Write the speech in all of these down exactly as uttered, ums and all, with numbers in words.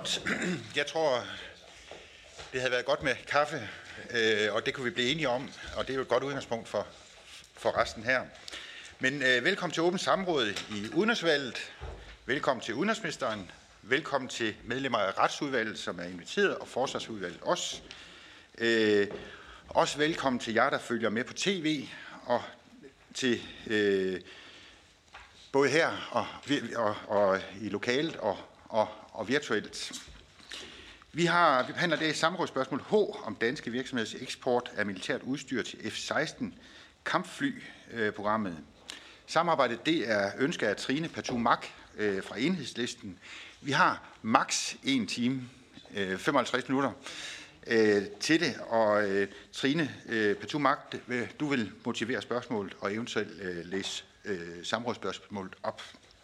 Godt. Jeg tror, det havde været godt med kaffe, øh, og det kunne vi blive enige om, og det er jo et godt udgangspunkt for, for resten her. Men øh, velkommen til åbent samråd i Udenrigsudvalget. Velkommen til udenrigsministeren. Velkommen til medlemmer af Retsudvalget, som er inviteret, og Forsvarsudvalget også. Øh, også velkommen til jer, der følger med på tv, og til øh, både her og, og, og i lokalet og, og, og virtuelt. Vi har vi behandler det samrådsspørgsmål H om danske virksomheders eksport af militært udstyr til F seksten kampfly-programmet. Samarbejdet det er ønsket af Trine Pertou Mach øh, fra Enhedslisten. Vi har maks en time, øh, femoghalvtreds minutter øh, til det, og øh, Trine øh, Pertou Mach, du vil motivere spørgsmålet og eventuelt øh, læse øh, samrådsspørgsmålet op.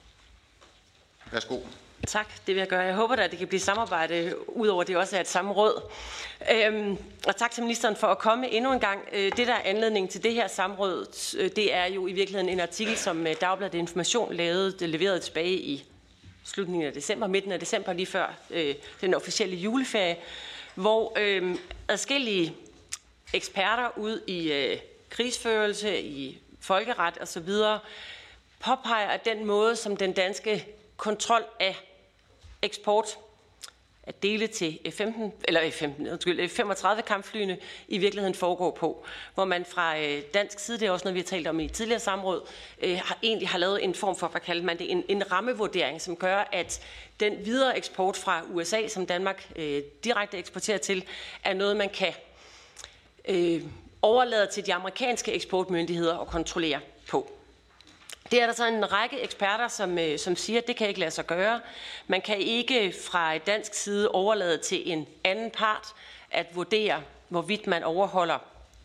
Værsgo. Tak, det vil jeg gøre. Jeg håber da, at det kan blive samarbejde, udover at det også er et samråd. Øhm, og tak til ministeren for at komme endnu en gang. Det, der er anledning til det her samråd, det er jo i virkeligheden en artikel, som Dagbladet Information lavede, det leverede tilbage i slutningen af december, midten af december, lige før øh, den officielle juleferie, hvor øh, adskillige eksperter ud i øh, krigsførelse, i folkeret osv. påpeger, at den måde, som den danske kontrol af eksport at dele til F femten, eller F femten, undskyld, F femogtredive kampflyene i virkeligheden foregår på, hvor man fra øh, dansk side, det er også noget, vi har talt om i tidligere samråd, øh, har, egentlig har lavet en form for, hvad kalder man det, en, en rammevurdering, som gør, at den videre eksport fra U S A, som Danmark øh, direkte eksporterer til, er noget, man kan øh, overlade til de amerikanske eksportmyndigheder at kontrollere på. Det er der så en række eksperter, som, som siger, at det kan ikke lade sig gøre. Man kan ikke fra et dansk side overlade til en anden part at vurdere, hvorvidt man overholder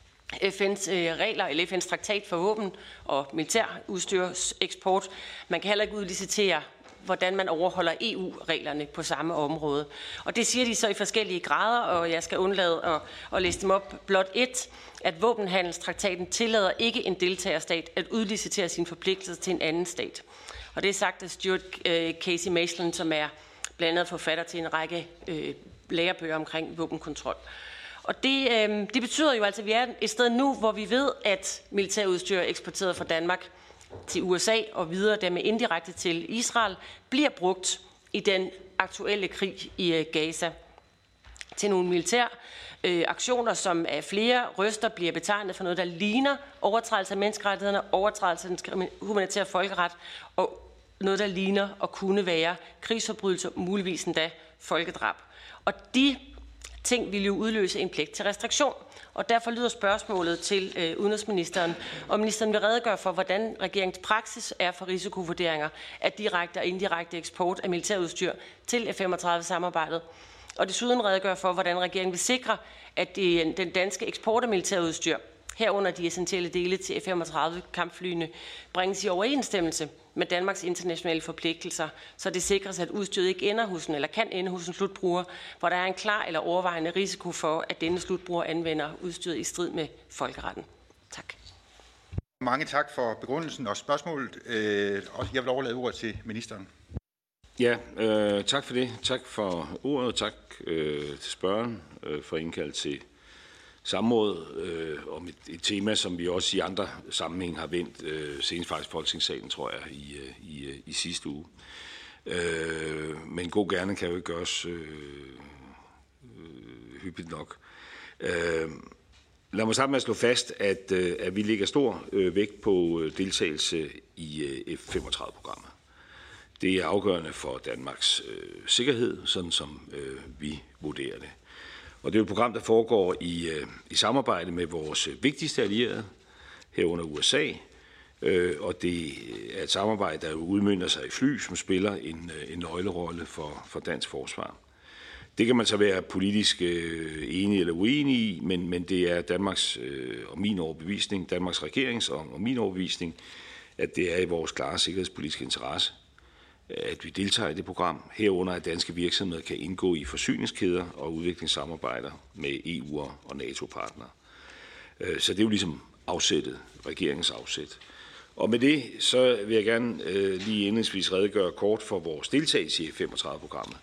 F N's regler eller F N's traktat for våben og militærudstyrseksport. Man kan heller ikke udlicitere, hvordan man overholder E U-reglerne på samme område. Og det siger de så i forskellige grader, og jeg skal undlade at, at læse dem op. Blot et, at våbenhandelstraktaten tillader ikke en deltagerstat at udlicitere sine forpligtelser til en anden stat. Og det er sagt af Stuart Casey Maitland, som er blandt andet forfatter til en række øh, lærebøger omkring våbenkontrol. Og det, øh, det betyder jo altså, at vi er et sted nu, hvor vi ved, at militærudstyr eksporteret fra Danmark til U S A og videre dermed indirekte til Israel, bliver brugt i den aktuelle krig i Gaza til nogle militære øh, aktioner, som af flere røster bliver betegnet for noget, der ligner overtrædelse af menneskerettighederne, overtrædelse af den humanitære folkeret og noget, der ligner at kunne være krigsforbrydelser, muligvis endda folkedrab. Og de ting vil jo udløse en pligt til restriktion. Og derfor lyder spørgsmålet til øh, udenrigsministeren, om ministeren vil redegøre for, hvordan regeringens praksis er for risikovurderinger af direkte og indirekte eksport af militærudstyr til F femogtredive-samarbejdet, og desuden redegøre for, hvordan regeringen vil sikre, at det, den danske eksport af militærudstyr, herunder de essentielle dele til F femogtredive-kampflyene, bringes i overensstemmelse med Danmarks internationale forpligtelser, så det sikres, at udstyret ikke ender hos en, eller kan ende hos en slutbruger, hvor der er en klar eller overvejende risiko for, at denne slutbruger anvender udstyret i strid med folkeretten. Tak. Mange tak for begrundelsen og spørgsmålet. Jeg vil overlade ordet til ministeren. Ja, øh, tak for det. Tak for ordet, og tak øh, til spørgeren øh, for indkald til samråd øh, om et, et tema, som vi også i andre sammenhæng har vendt, øh, senest faktisk Folketingssalen, tror jeg, i, i, i sidste uge. Øh, men god gerne kan jo ikke gøres øh, øh, hyppigt nok. Øh, lad mig starte med at slå fast, at, øh, at vi lægger stor øh, vægt på deltagelse i øh, F femogtredive-programmet. Det er afgørende for Danmarks øh, sikkerhed, sådan som øh, vi vurderer det. Og det er et program, der foregår i, øh, i samarbejde med vores vigtigste allierede, herunder U S A. Øh, og det er et samarbejde, der udmønter sig i fly, som spiller en, en nøglerolle for, for dansk forsvar. Det kan man så være politisk øh, enig eller uenig i, men, men det er Danmarks øh, og min overbevisning, Danmarks regerings og, og min overbevisning, at det er i vores klare sikkerhedspolitiske interesse, at vi deltager i det program, herunder at danske virksomheder kan indgå i forsyningskæder og udviklingssamarbejder med E U og NATO-partnere. Så det er jo ligesom afsættet, regeringens afsæt. Og med det, så vil jeg gerne øh, lige indledningsvis redegøre kort for vores deltagelse i F femogtredive-programmet.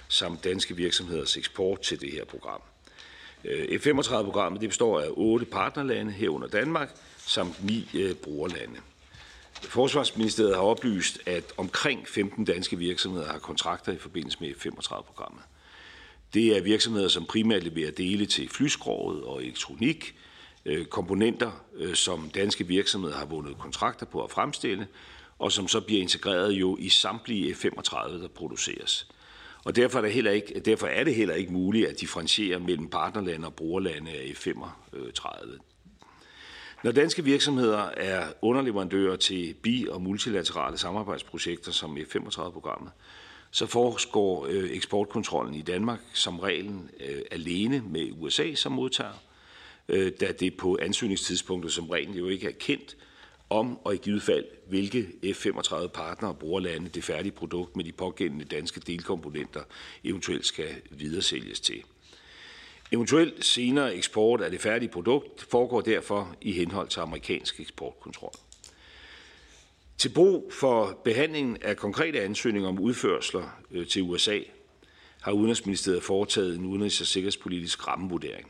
samt danske virksomheders eksport til det her program. F femogtredive-programmet det består af otte partnerlande herunder Danmark, samt ni øh, brugerlande. Forsvarsministeriet har oplyst, at omkring femten danske virksomheder har kontrakter i forbindelse med F femogtredive-programmet. Det er virksomheder, som primært leverer dele til flyskroget og elektronik, øh, komponenter, øh, som danske virksomheder har vundet kontrakter på at fremstille, og som så bliver integreret jo i samtlige F femogtredive, der produceres. Og derfor er, det heller ikke, derfor er det heller ikke muligt at differentiere mellem partnerlande og brugerlande af F femogtredive. Når danske virksomheder er underleverandører til bi- og multilaterale samarbejdsprojekter som F femogtredive-programmet, så foregår eksportkontrollen i Danmark som reglen alene med U S A som modtager, da det på ansøgningstidspunktet som regel jo ikke er kendt, om og i givet fald, hvilke F femogtredive partnere og brugerlande det færdige produkt med de pågældende danske delkomponenter eventuelt skal videresælges til. Eventuelt senere eksport af det færdige produkt foregår derfor i henhold til amerikansk eksportkontrol. Til brug for behandlingen af konkrete ansøgninger om udførsler til U S A har Udenrigsministeriet foretaget en udenrigs- og sikkerhedspolitisk rammevurdering.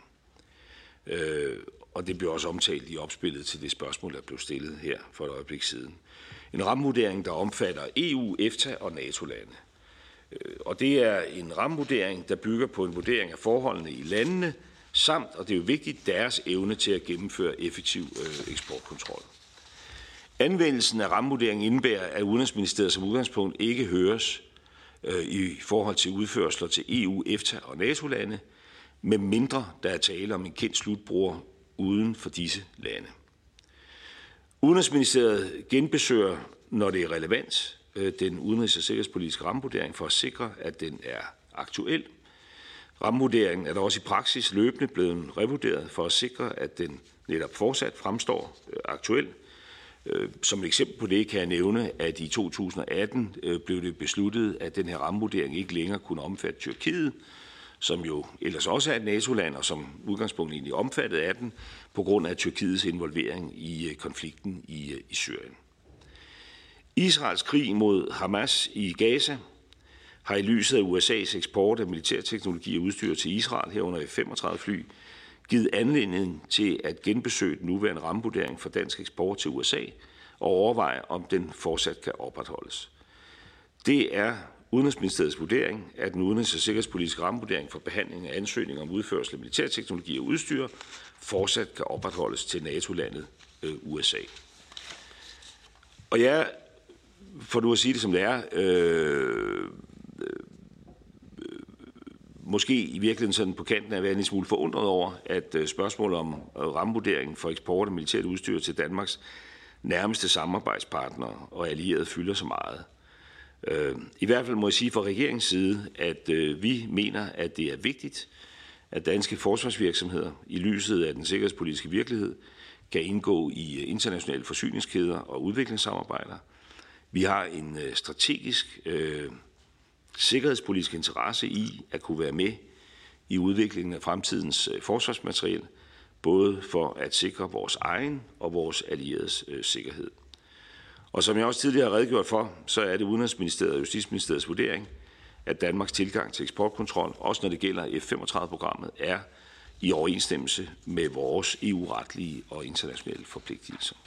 Og det blev også omtalt i opspillet til det spørgsmål, der blev stillet her for et øjeblik siden. En rammevurdering, der omfatter E U, EFTA og NATO-lande. Og det er en rammevurdering, der bygger på en vurdering af forholdene i landene, samt, og det er jo vigtigt, deres evne til at gennemføre effektiv eksportkontrol. Anvendelsen af rammevurderingen indebærer, at Udenrigsministeriet som udgangspunkt ikke høres i forhold til udførsler til E U, EFTA og NATO-lande, med mindre der er tale om en kendt slutbruger uden for disse lande. Udenrigsministeriet genbesøger, når det er relevant, den udenrigs- og sikkerhedspolitiske rammevurdering for at sikre, at den er aktuel. Rammevurderingen er der også i praksis løbende blevet revurderet for at sikre, at den netop fortsat fremstår aktuel. Som et eksempel på det kan jeg nævne, at i to tusind og atten blev det besluttet, at den her rammevurdering ikke længere kunne omfatte Tyrkiet, som jo ellers også er et NATO-land, og som udgangspunkt egentlig omfattet af den, på grund af Tyrkiets involvering i konflikten i, i Syrien. Israels krig mod Hamas i Gaza har i lyset af U S A's eksport af militærteknologi og udstyr til Israel, herunder F femogtredive fly, givet anledning til at genbesøge den nuværende rammevurdering for dansk eksport til U S A og overveje, om den fortsat kan opretholdes. Det er Udenrigsministeriets vurdering, at den udenrigs- og sikkerhedspolitiske rammevurdering for behandling af ansøgninger om udførsel af militærteknologi og udstyr fortsat kan opretholdes til NATO-landet øh, U S A. Og jeg, for nu at sige det som det er, øh, øh, måske i virkeligheden sådan på kanten af at være en lille smule forundret over, at øh, spørgsmålet om øh, rammevurderingen for eksport af militært udstyr til Danmarks nærmeste samarbejdspartnere og allierede fylder så meget. I hvert fald må jeg sige fra regeringens side, at vi mener, at det er vigtigt, at danske forsvarsvirksomheder i lyset af den sikkerhedspolitiske virkelighed kan indgå i internationale forsyningskæder og udviklingssamarbejder. Vi har en strategisk øh, sikkerhedspolitisk interesse i at kunne være med i udviklingen af fremtidens forsvarsmateriel, både for at sikre vores egen og vores allieredes øh, sikkerhed. Og som jeg også tidligere har redegjort for, så er det Udenrigsministeriet og Justitsministeriets vurdering, at Danmarks tilgang til eksportkontrol, også når det gælder F femogtredive-programmet, er i overensstemmelse med vores E U-retlige og internationale forpligtelser.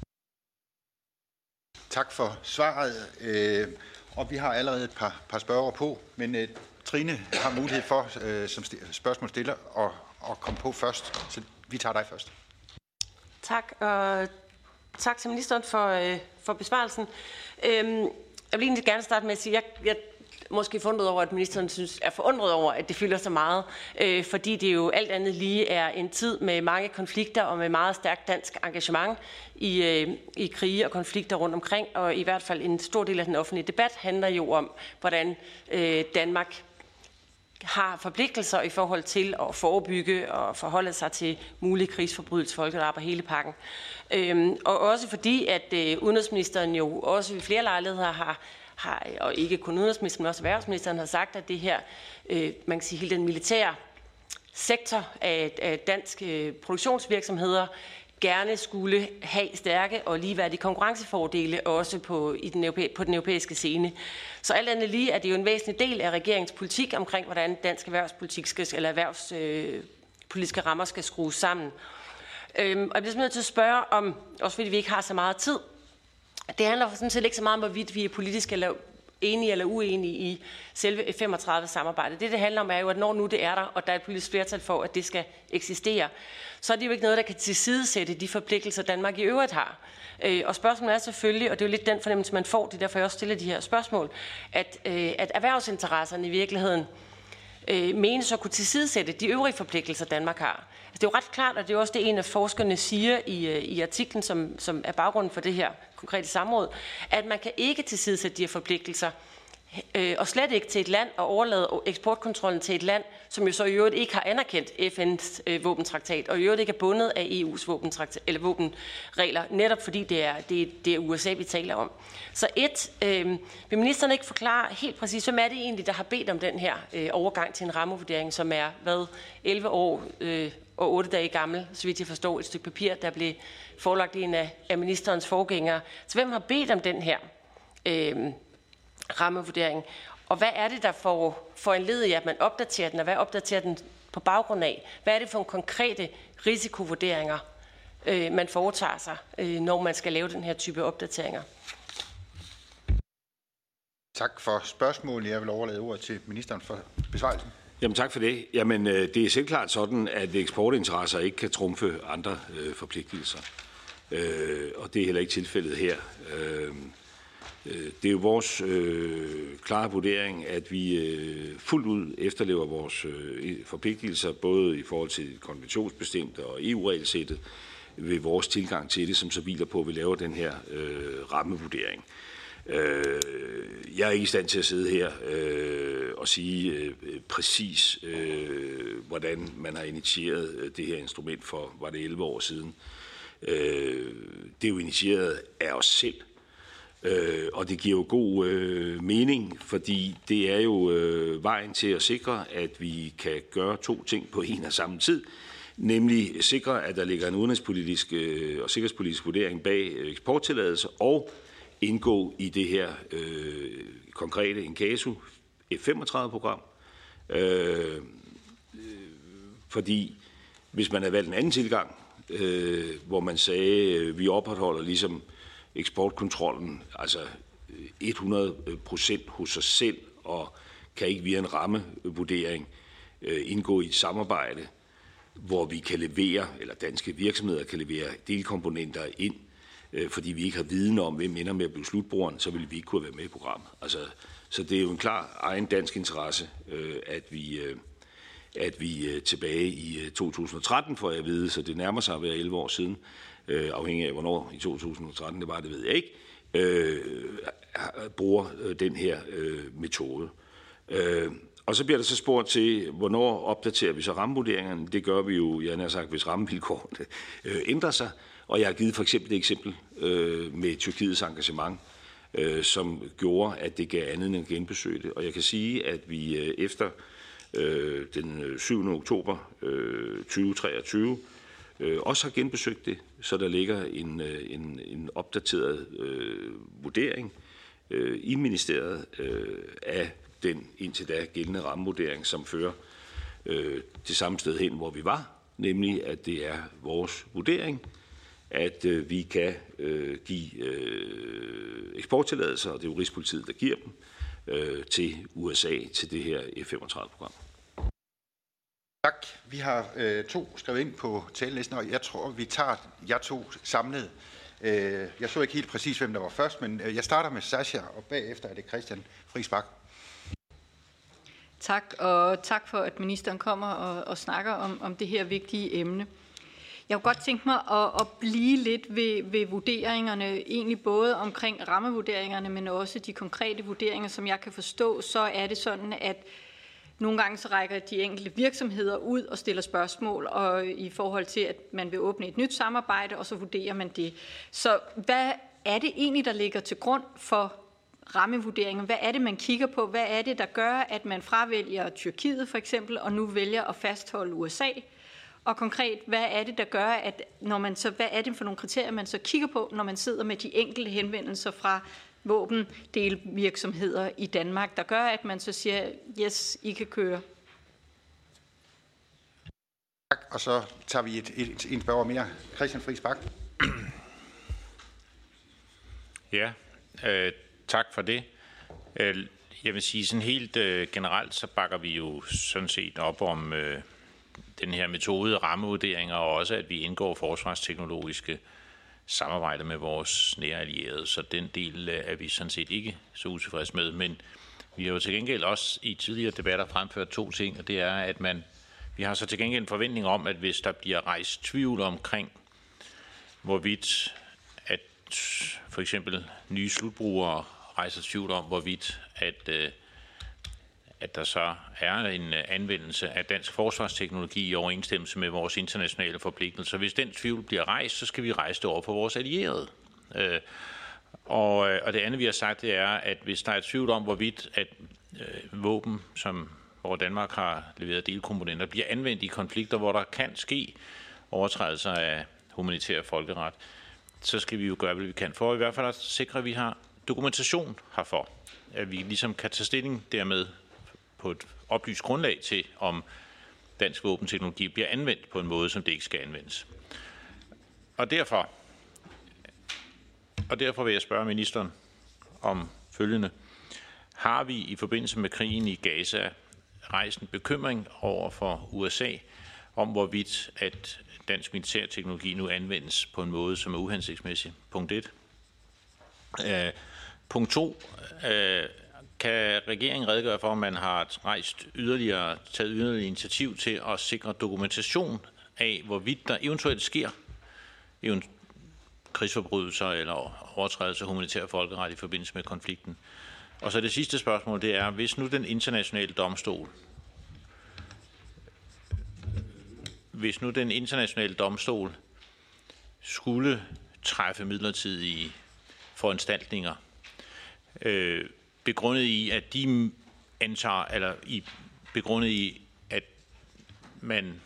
Tak for svaret. Øh, og vi har allerede et par, par spørgere på, men øh, Trine har mulighed for, øh, som spørgsmålsstiller, at, at komme på først. Så vi tager dig først. Tak, og tak til ministeren for, øh, for besvarelsen. Øhm, jeg vil egentlig gerne starte med at sige, at jeg, jeg måske forundret over, at ministeren synes, er forundret over, at det fylder så meget, øh, fordi det jo alt andet lige er en tid med mange konflikter og med meget stærkt dansk engagement i, øh, i krige og konflikter rundt omkring, og i hvert fald en stor del af den offentlige debat handler jo om, hvordan øh, Danmark har forpligtelser i forhold til at forebygge og forholde sig til mulige krigsforbrydelser, folkedrab og hele pakken. Øhm, og også fordi, at øh, udenrigsministeren jo også ved flere lejligheder har, har, og ikke kun udenrigsministeren, men også erhvervsministeren har sagt, at det her, øh, man kan sige, hele den militære sektor af, af danske produktionsvirksomheder gerne skulle have stærke og ligeværdige konkurrencefordele også på, i den europæ- på den europæiske scene. Så alt andet lige er det jo en væsentlig del af regeringens politik omkring, hvordan dansk erhvervspolitik skal, eller erhvervspolitiske rammer skal skrues sammen. Øhm, og jeg bliver nødt til at spørge om, også fordi vi ikke har så meget tid, det handler sådan set ikke så meget om, hvorvidt vi er politisk eller enige eller uenige i selve F femogtredive-samarbejdet. Det, det handler om, er jo, at når nu det er der, og der er et politisk flertal for, at det skal eksistere, så er det jo ikke noget, der kan tilsidesætte de forpligtelser, Danmark i øvrigt har. Øh, og spørgsmålet er selvfølgelig, og det er jo lidt den fornemmelse, man får, det er derfor, jeg også stiller de her spørgsmål, at, øh, at erhvervsinteresserne i virkeligheden øh, menes at kunne tilsidesætte de øvrige forpligtelser, Danmark har. Altså, det er jo ret klart, og det er også det, en af forskerne siger i, øh, i artiklen, som, som er baggrunden for det her konkrete samråd, at man kan ikke tilsidesætte de her forpligtelser, øh, og slet ikke til et land, og overlade eksportkontrollen til et land, som jo så i øvrigt ikke har anerkendt F N's øh, våbentraktat, og i øvrigt ikke er bundet af E U's våbentraktat, eller våbenregler, netop fordi det er, det, er, det er U S A, vi taler om. Så et, øh, vil ministeren ikke forklare helt præcis, hvem er det egentlig, der har bedt om den her øh, overgang til en rammevurdering, som er, hvad, elleve år øh, og otte dage gammel, så vidt jeg forstår, et stykke papir, der blev forelagt en af, af ministerens forgængere. Så hvem har bedt om den her øh, rammevurdering? Og hvad er det, der får foranlediget, at man opdaterer den, og hvad opdaterer den på baggrund af? Hvad er det for nogle konkrete risikovurderinger, øh, man foretager sig, øh, når man skal lave den her type opdateringer? Tak for spørgsmålet. Jeg vil overlade ordet til ministeren for besvarelsen. Jamen tak for det. Jamen det er selvklart sådan, at eksportinteresser ikke kan trumfe andre øh, forpligtelser. Øh, og det er heller ikke tilfældet her. Øh, det er jo vores øh, klare vurdering, at vi øh, fuldt ud efterlever vores øh, forpligtelser, både i forhold til konventionsbestemte og E U-regelsættet, ved vores tilgang til det, som så hviler på, at vi laver den her øh, rammevurdering. Jeg er ikke i stand til at sidde her øh, og sige øh, præcis, øh, hvordan man har initieret det her instrument for, var det elleve år siden. Øh, det er jo initieret af os selv, øh, og det giver jo god øh, mening, fordi det er jo øh, vejen til at sikre, at vi kan gøre to ting på en og samme tid, nemlig sikre, at der ligger en udenrigspolitisk øh, og sikkerhedspolitisk vurdering bag eksporttilladelse og indgå i det her øh, konkrete Inkasu F femogtredive-program. Øh, øh, fordi hvis man havde valgt en anden tilgang, øh, hvor man sagde, at vi opretholder ligesom eksportkontrollen, altså hundrede procent hos sig selv, og kan ikke via en rammevurdering øh, indgå i et samarbejde, hvor vi kan levere, eller danske virksomheder kan levere delkomponenter ind, fordi vi ikke har viden om, hvem ender med at blive slutbrugeren, så ville vi ikke kunne være med i programmet. Altså, så det er jo en klar egen dansk interesse, at vi, at vi tilbage i to tusind og tretten, får jeg at vide, så det nærmer sig at være elleve år siden, afhængig af hvornår i to tusind og tretten det var, det ved jeg ikke, bruger den her metode. Og så bliver der så spurgt til, hvornår opdaterer vi så rammevurderingerne. Det gør vi jo, jeg har sagt, hvis rammevilkårene ændrer sig. Og jeg har givet for eksempel et eksempel øh, med Tyrkiets engagement, øh, som gjorde, at det gav andet end at genbesøge det. Og jeg kan sige, at vi øh, efter øh, den syvende oktober øh, tyve treogtyve øh, også har genbesøgt det, så der ligger en, øh, en, en opdateret øh, vurdering øh, i ministeriet øh, af den indtil da gældende rammevurdering, som fører øh, det samme sted hen, hvor vi var, nemlig at det er vores vurdering, at øh, vi kan øh, give øh, eksporttilladelser, og det er jo Rigspolitiet, der giver dem, øh, til U S A, til det her F femogtredive-program. Tak. Vi har øh, to skrevet ind på talelisten, og jeg tror, vi tager jer to samlet. Øh, jeg så ikke helt præcis, hvem der var først, men øh, jeg starter med Sascha, og bagefter er det Christian Friis Bach. Tak, og tak for, at ministeren kommer og, og snakker om, om det her vigtige emne. Jeg kunne godt tænke mig at, at blive lidt ved, ved vurderingerne, egentlig både omkring rammevurderingerne, men også de konkrete vurderinger, som jeg kan forstå, så er det sådan, at nogle gange så rækker de enkelte virksomheder ud og stiller spørgsmål og i forhold til, at man vil åbne et nyt samarbejde, og så vurderer man det. Så hvad er det egentlig, der ligger til grund for rammevurderingen? Hvad er det, man kigger på? Hvad er det, der gør, at man fravælger Tyrkiet for eksempel, og nu vælger at fastholde U S A? Og konkret, hvad er det, der gør, at når man så, hvad er det for nogle kriterier, man så kigger på, når man sidder med de enkelte henvendelser fra våbendelvirksomheder i Danmark, der gør, at man så siger, yes, I kan køre? Tak, og så tager vi et, et, en spørger mere. Christian Friis Bach. Ja, øh, tak for det. Øh, jeg vil sige sådan helt øh, generelt, så bakker vi jo sådan set op om øh, den her metode, rammevurderinger, og også at vi indgår forsvarsteknologiske samarbejder med vores nære allierede, så den del øh, er vi sådan set ikke så utilfredse med. Men vi har jo til gengæld også i tidligere debatter fremført to ting, og det er, at man, vi har så til gengæld en forventning om, at hvis der bliver rejst tvivl omkring, hvorvidt at for eksempel nye slutbrugere rejser tvivl om, hvorvidt at, øh, at der så er en anvendelse af dansk forsvarsteknologi i overensstemmelse med vores internationale forpligtelser. Hvis den tvivl bliver rejst, så skal vi rejse det over for vores allierede. Øh, og, og det andet, vi har sagt, det er, at hvis der er tvivl om, hvorvidt at øh, våben, som, hvor Danmark har leveret delkomponenter, bliver anvendt i konflikter, hvor der kan ske overtrædelser af humanitær folkeret, så skal vi jo gøre, hvad vi kan for, i hvert fald at sikre, at vi har dokumentation herfor. At vi ligesom kan tage stilling dermed på et oplyst grundlag til, om dansk våbenteknologi bliver anvendt på en måde, som det ikke skal anvendes. Og derfor, og derfor vil jeg spørge ministeren om følgende. Har vi i forbindelse med krigen i Gaza rejst en bekymring over for U S A om, hvorvidt at dansk militærteknologi nu anvendes på en måde, som er uhensigtsmæssig? Punkt et. Uh, punkt to. Uh, kan regeringen redegøre for, om man har rejst yderligere, taget yderligere initiativ til at sikre dokumentation af, hvorvidt der eventuelt sker event- krigsforbrydelser eller overtrædelser af humanitær folkeret i forbindelse med konflikten? Og så det sidste spørgsmål, det er, hvis nu den internationale domstol hvis nu den internationale domstol skulle træffe midlertidige foranstaltninger, øh, begrundet i, at de antager, eller i, begrundet i, at man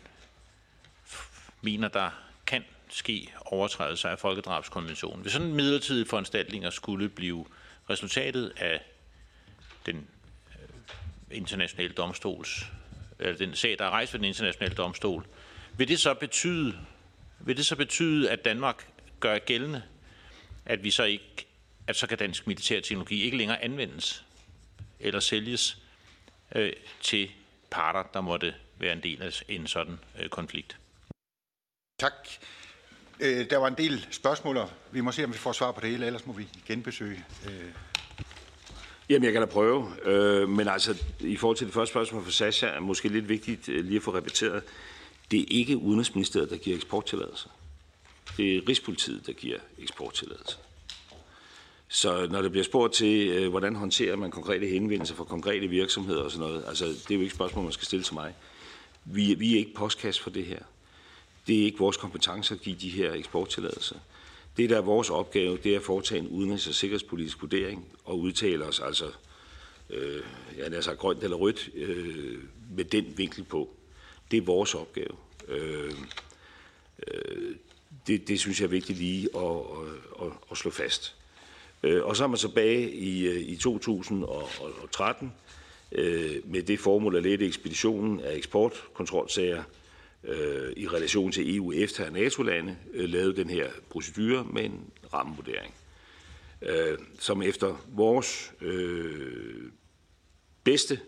mener, der kan ske overtrædelser af folkedrabskonventionen. Hvis sådan midlertidige foranstaltninger skulle blive resultatet af den internationale domstols, eller den sag, der er rejst ved den internationale domstol, vil det så betyde, vil det så betyde, at Danmark gør gældende, at vi så ikke, at så kan dansk militærteknologi ikke længere anvendes eller sælges øh, til parter, der måtte være en del af en sådan øh, konflikt? Tak. Øh, der var en del spørgsmål, og vi må se, om vi får svar på det hele, ellers må vi genbesøge. Øh. Jamen, jeg kan da prøve, øh, men altså, i forhold til det første spørgsmål for Sascha, er måske lidt vigtigt øh, lige at få repeteret. Det er ikke Udenrigsministeriet, der giver eksporttilladelser. Det er Rigspolitiet, der giver eksporttilladelser. Så når der bliver spurgt til, øh, hvordan håndterer man konkrete henvendelser fra konkrete virksomheder og sådan noget, altså, det er jo ikke et spørgsmål, man skal stille til mig. Vi, vi er ikke postkasse for det her. Det er ikke vores kompetence at give de her eksporttilladelser. Det, der er vores opgave, det er at foretage en udenrigs- og sikkerhedspolitisk vurdering og udtale os, altså, øh, jeg har sagt grønt eller rødt, øh, med den vinkel på. Det er vores opgave. Øh, øh, det, det synes jeg er vigtigt lige at, at, at, at slå fast. Øh, og så er man tilbage i, i to tusind og tretten øh, med det formål at lette ekspeditionen af eksportkontrolsager øh, i relation til E U, EFTA og NATO-lande, øh, lavede den her procedure med en rammevurdering, øh, som efter vores øh, bedste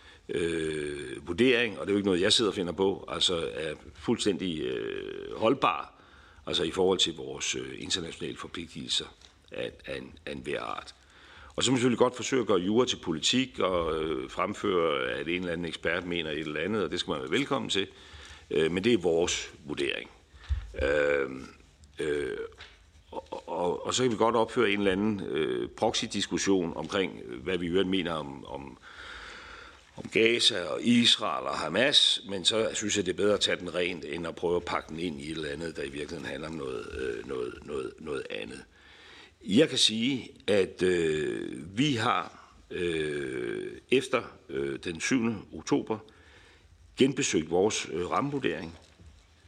Øh, vurdering, og det er jo ikke noget, jeg sidder og finder på, altså er fuldstændig øh, holdbar, altså i forhold til vores øh, internationale forpligtelser af, af, en, af en hver art. Og så må vi selvfølgelig godt forsøge at gøre jura til politik og øh, fremføre, at en eller anden ekspert mener et eller andet, og det skal man være velkommen til, øh, men det er vores vurdering. Øh, øh, og, og, og så kan vi godt opføre en eller anden øh, proxy-diskussion omkring, hvad vi øvrigt mener om, om om Gaza og Israel og Hamas, men så synes jeg, det er bedre at tage den rent, end at prøve at pakke den ind i et eller andet, der i virkeligheden handler om noget, øh, noget, noget, noget andet. Jeg kan sige, at øh, vi har øh, efter øh, den syvende oktober genbesøgt vores øh, rammevurdering.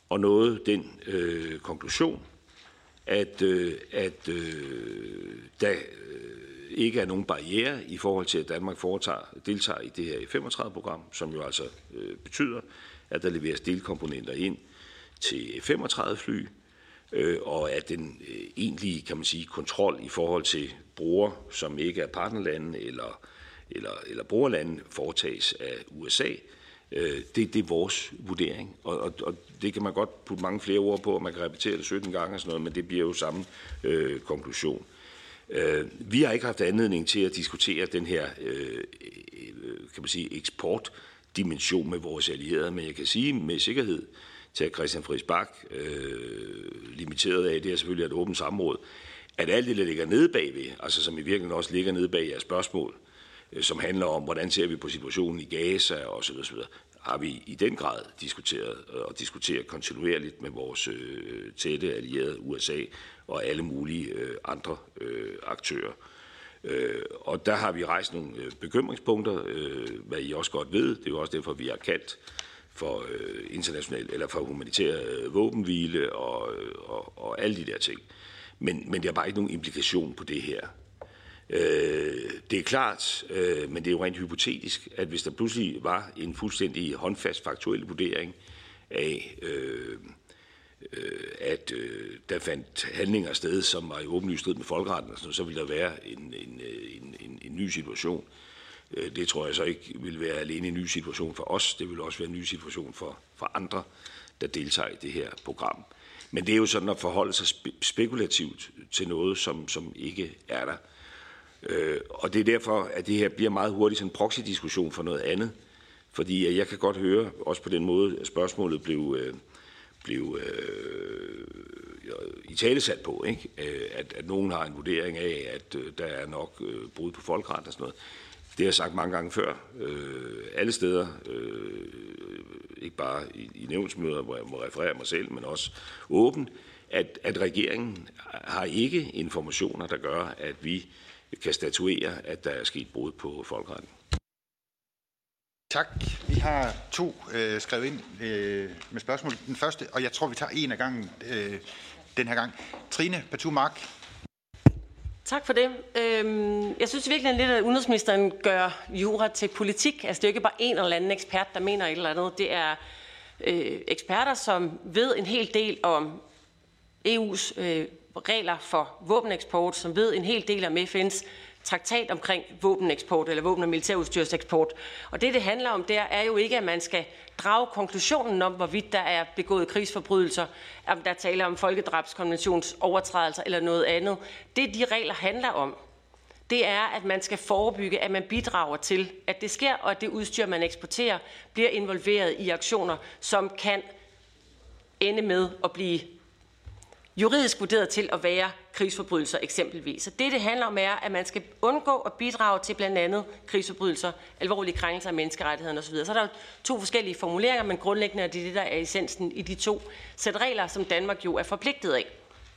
og nåede den øh, konklusion, at, øh, at øh, der øh, ikke er nogen barriere i forhold til, at Danmark foretager, deltager i det her F femogtredive-program, som jo altså øh, betyder, at der leveres delkomponenter ind til F femogtredive-fly, øh, og at den øh, egentlige, kan man sige, kontrol i forhold til brugere, som ikke er partnerlande eller, eller, eller brugerlande, foretages af U S A. Øh, det, det er vores vurdering, og, og, og det kan man godt putte mange flere ord på, og man kan repetere det sytten gange og sådan noget, men det bliver jo samme øh, konklusion. Øh, vi har ikke haft anledning til at diskutere den her øh, kan man sige, eksportdimension med vores allierede, men jeg kan sige med sikkerhed til at Christian Friis Bach, øh, limiteret af, det er selvfølgelig et åbent samråd, at alt det, der ligger nede bagved, altså som i virkeligheden også ligger nede bag jeres spørgsmål, øh, som handler om, hvordan ser vi på situationen i Gaza osv., osv., har vi i den grad diskuteret og diskuterer kontinuerligt med vores øh, tætte allierede U S A og alle mulige øh, andre øh, aktører. Øh, og der har vi rejst nogle øh, bekymringspunkter, øh, hvad I også godt ved. Det er jo også derfor, vi har kaldt for øh, international eller for humanitær øh, våbenhvile og, og, og alle de der ting. Men, men der er bare ikke nogen implikation på det her. Øh, det er klart, øh, men det er jo rent hypotetisk, at hvis der pludselig var en fuldstændig håndfast faktuel vurdering af, øh, øh, at øh, der fandt handlinger sted, som var i åbenlyst strid med folkeretten, så, så ville der være en, en, en, en, en ny situation. Øh, det tror jeg så ikke vil være alene en ny situation for os, det vil også være en ny situation for, for andre, der deltager i det her program. Men det er jo sådan at forholde sig spe- spekulativt til noget, som, som ikke er der. Øh, og det er derfor, at det her bliver meget hurtigt en proxy-diskussion for noget andet. Fordi jeg kan godt høre, også på den måde, at spørgsmålet blev, øh, blev øh, italesat på, ikke? At, at nogen har en vurdering af, at øh, der er nok øh, brud på folkeret og sådan noget. Det har jeg sagt mange gange før. Øh, alle steder, øh, ikke bare i, i nævnsmøder, hvor jeg må referere mig selv, men også åbent, at, at regeringen har ikke informationer, der gør, at vi kan statuere, at der er sket brud på folkeretten. Tak. Vi har to øh, skrevet ind øh, med spørgsmål. Den første, og jeg tror, vi tager en af gangen øh, den her gang. Trine Patu Mark. Tak for det. Jeg synes virkelig lidt, at udenrigsministeren gør jura til politik. Altså det er jo ikke bare en eller anden ekspert, der mener et eller andet. Det er øh, eksperter, som ved en hel del om E U's øh, regler for våbeneksport, som ved en hel del om F N's traktat omkring våbeneksport eller våben- og militærudstyrseksport. Og det, det handler om der, er jo ikke, at man skal drage konklusionen om, hvorvidt der er begået krigsforbrydelser, om der taler om folkedrabskonventions overtrædelser eller noget andet. Det, de regler handler om, det er, at man skal forebygge, at man bidrager til, at det sker, og at det udstyr, man eksporterer, bliver involveret i aktioner, som kan ende med at blive juridisk vurderet til at være krigsforbrydelser eksempelvis. Så det, det handler om, er, at man skal undgå at bidrage til blandt andet krigsforbrydelser, alvorlige krænkelser af menneskerettighederne osv. Så er der jo to forskellige formuleringer, men grundlæggende er det det, der er essensen i de to sæt regler, som Danmark jo er forpligtet af.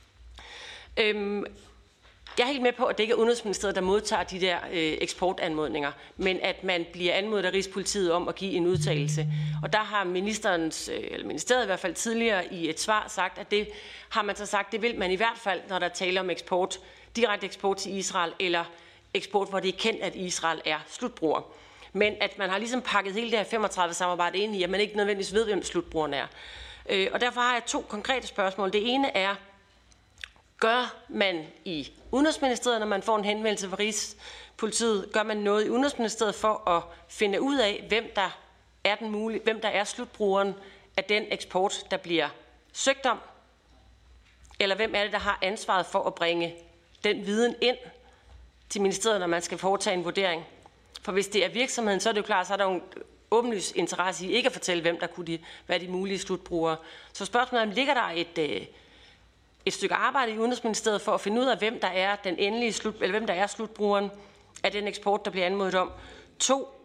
Øhm, Jeg er helt med på, at det ikke er Udenrigsministeriet, der modtager de der øh, eksportanmodninger, men at man bliver anmodet af Rigspolitiet om at give en udtalelse. Og der har ministerens, øh, eller ministeriet i hvert fald tidligere i et svar sagt, at det har man så sagt, det vil man i hvert fald, når der taler om eksport, direkte eksport til Israel, eller eksport, hvor det er kendt, at Israel er slutbruger. Men at man har ligesom pakket hele det her femogtredive-samarbejde ind i, at man ikke nødvendigvis ved, hvem slutbrugeren er. Øh, og derfor har jeg to konkrete spørgsmål. Det ene er, gør man i Udenrigsministeriet, når man får en henvendelse fra Rigspolitiet, gør man noget i Udenrigsministeriet for at finde ud af, hvem der er, den mulige, hvem der er slutbrugeren af den eksport, der bliver søgt om? Eller hvem er det, der har ansvaret for at bringe den viden ind til ministeriet, når man skal foretage en vurdering? For hvis det er virksomheden, så er det jo klart, så er der jo en åbenlys interesse i ikke at fortælle, hvem der kunne de, være de mulige slutbrugere. Så spørgsmålet er, ligger der et... Øh, et stykke arbejde i Udenrigsministeriet for at finde ud af, hvem der er den endelige slut, eller hvem der er slutbrugeren af den eksport, der bliver anmodet om. To,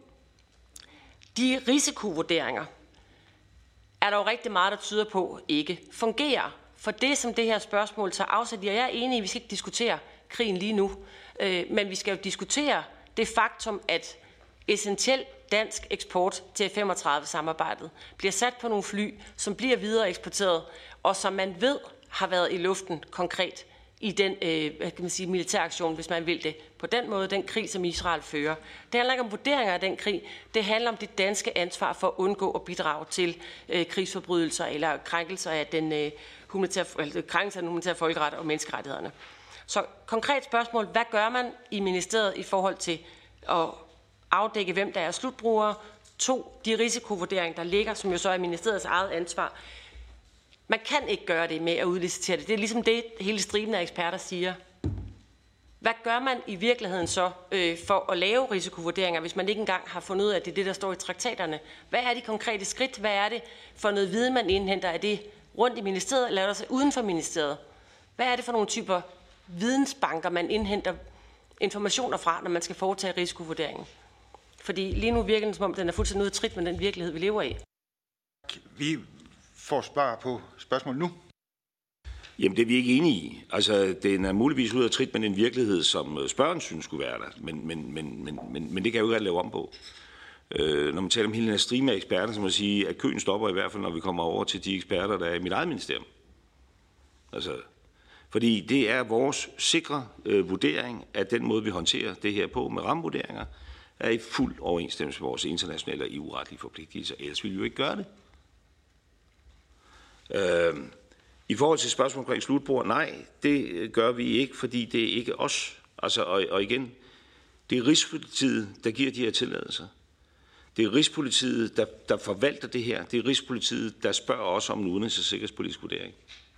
de risikovurderinger er der jo rigtig meget, der tyder på ikke fungerer. For det, som det her spørgsmål tager afsæt i, og jeg er enig i, at vi skal ikke diskutere krigen lige nu, øh, men vi skal jo diskutere det faktum, at essentiel dansk eksport til F femogtredive-samarbejdet bliver sat på nogle fly, som bliver videre eksporteret, og som man ved har været i luften konkret i den øh, hvad kan man sige, militæraktion, hvis man vil det. På den måde, den krig, som Israel fører. Det handler ikke om vurderinger af den krig. Det handler om det danske ansvar for at undgå at bidrage til øh, krigsforbrydelser eller krænkelser af den øh, humanitære, altså, krænkelser af den humanitære folkeret og menneskerettighederne. Så konkret spørgsmål. Hvad gør man i ministeriet i forhold til at afdække, hvem der er slutbrugere? To, de risikovurderinger, der ligger, som jo så er ministeriets eget ansvar. Man kan ikke gøre det med at udlicitere det. Det er ligesom det, hele striben af eksperter siger. Hvad gør man i virkeligheden så øh, for at lave risikovurderinger, hvis man ikke engang har fundet ud af, at det er det, der står i traktaterne? Hvad er de konkrete skridt? Hvad er det for noget viden, man indhenter? Er det rundt i ministeriet, eller er det uden for ministeriet? Hvad er det for nogle typer vidensbanker, man indhenter informationer fra, når man skal foretage risikovurderingen? Fordi lige nu virker det, som om den er fuldstændig ude af trit med den virkelighed, vi lever i. Vi får svar på spørgsmål nu. Jamen, det er vi ikke enige i. Altså, den er muligvis ude af trit med den virkelighed, som spørgeren synes skulle være der. Men, men, men, men, men, men det kan jeg jo ikke lave om på. Øh, når man taler om hele den her stream af eksperter, så må man sige, at køen stopper i hvert fald, når vi kommer over til de eksperter, der er i mit eget ministerium. Altså, fordi det er vores sikre øh, vurdering, at den måde, vi håndterer det her på med rammevurderinger, er i fuld overensstemmelse med vores internationale og E U-retlige forpligtelser. Ellers ville vi jo ikke gøre det. Øh, I forhold til spørgsmål omkring slutbrug, nej, det gør vi ikke, fordi det er ikke os. Altså, og, og igen, det er Rigspolitiet, der giver de her tilladelser. Det er Rigspolitiet, der, der forvalter det her. Det er Rigspolitiet, der spørger os om en udenrigs- og sikkerhedspolitisk vurdering.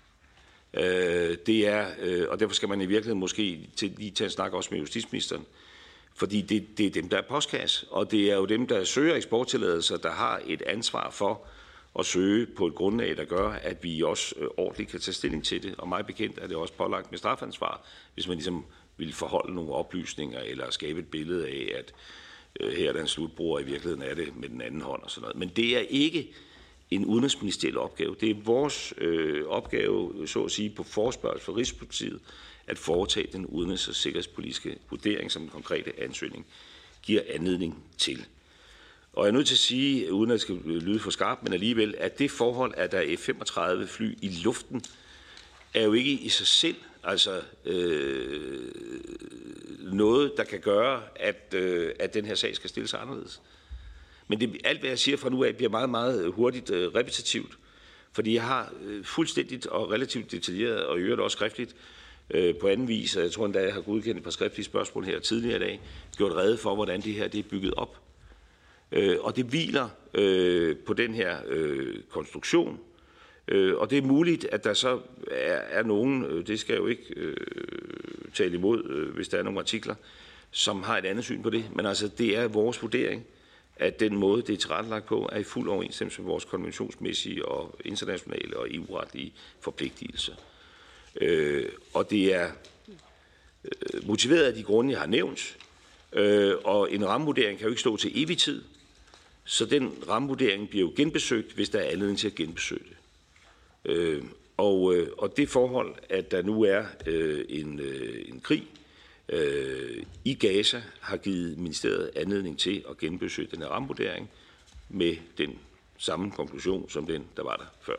Øh, det er, øh, og derfor skal man i virkeligheden måske til, lige tage en snak også med justitsministeren, fordi det, det er dem, der er postkasse, og det er jo dem, der søger eksporttilladelser, der har et ansvar for at søge på et grundlag, der gør, at vi også øh, ordentligt kan tage stilling til det. Og meget bekendt er det også pålagt med strafansvar, hvis man ligesom vil forholde nogle oplysninger eller skabe et billede af, at øh, her er der en slutbruger, i virkeligheden er det med den anden hånd og sådan noget. Men det er ikke en udenrigsministeriel opgave. Det er vores øh, opgave, så at sige, på forespørgsel for Rigspolitiet, at foretage den udenrigs- og sikkerhedspolitiske vurdering, som den konkrete ansøgning giver anledning til. Og jeg er nødt til at sige, uden at det skal lyde for skarpt, men alligevel, at det forhold, at der er F femogtredive fly i luften, er jo ikke i sig selv altså øh, noget, der kan gøre, at, øh, at den her sag skal stille sig anderledes. Men det, alt, hvad jeg siger fra nu af, bliver meget, meget hurtigt øh, repetitivt, fordi jeg har øh, fuldstændigt og relativt detaljeret, og i øvrigt også skriftligt, øh, på anden vis, og jeg tror endda, jeg har godkendt et par skriftlige spørgsmål her tidligere i dag, gjort rede for, hvordan det her det er bygget op. Øh, og det hviler øh, på den her øh, konstruktion, øh, og det er muligt, at der så er, er nogen, øh, det skal jeg jo ikke øh, tale imod, øh, hvis der er nogle artikler, som har et andet syn på det, men altså det er vores vurdering, at den måde, det er tilrettelagt på, er i fuld overensstemmelse med vores konventionsmæssige og internationale og E U-retlige forpligtelser. Øh, og det er øh, motiveret af de grunde, jeg har nævnt, øh, og en rammevurdering kan jo ikke stå til evig tid, så den rammevurdering bliver jo genbesøgt, hvis der er anledning til at genbesøge det. Øh, og, øh, og det forhold, at der nu er øh, en, øh, en krig øh, i Gaza, har givet ministeriet anledning til at genbesøge den her rammevurdering med den samme konklusion som den, der var der før.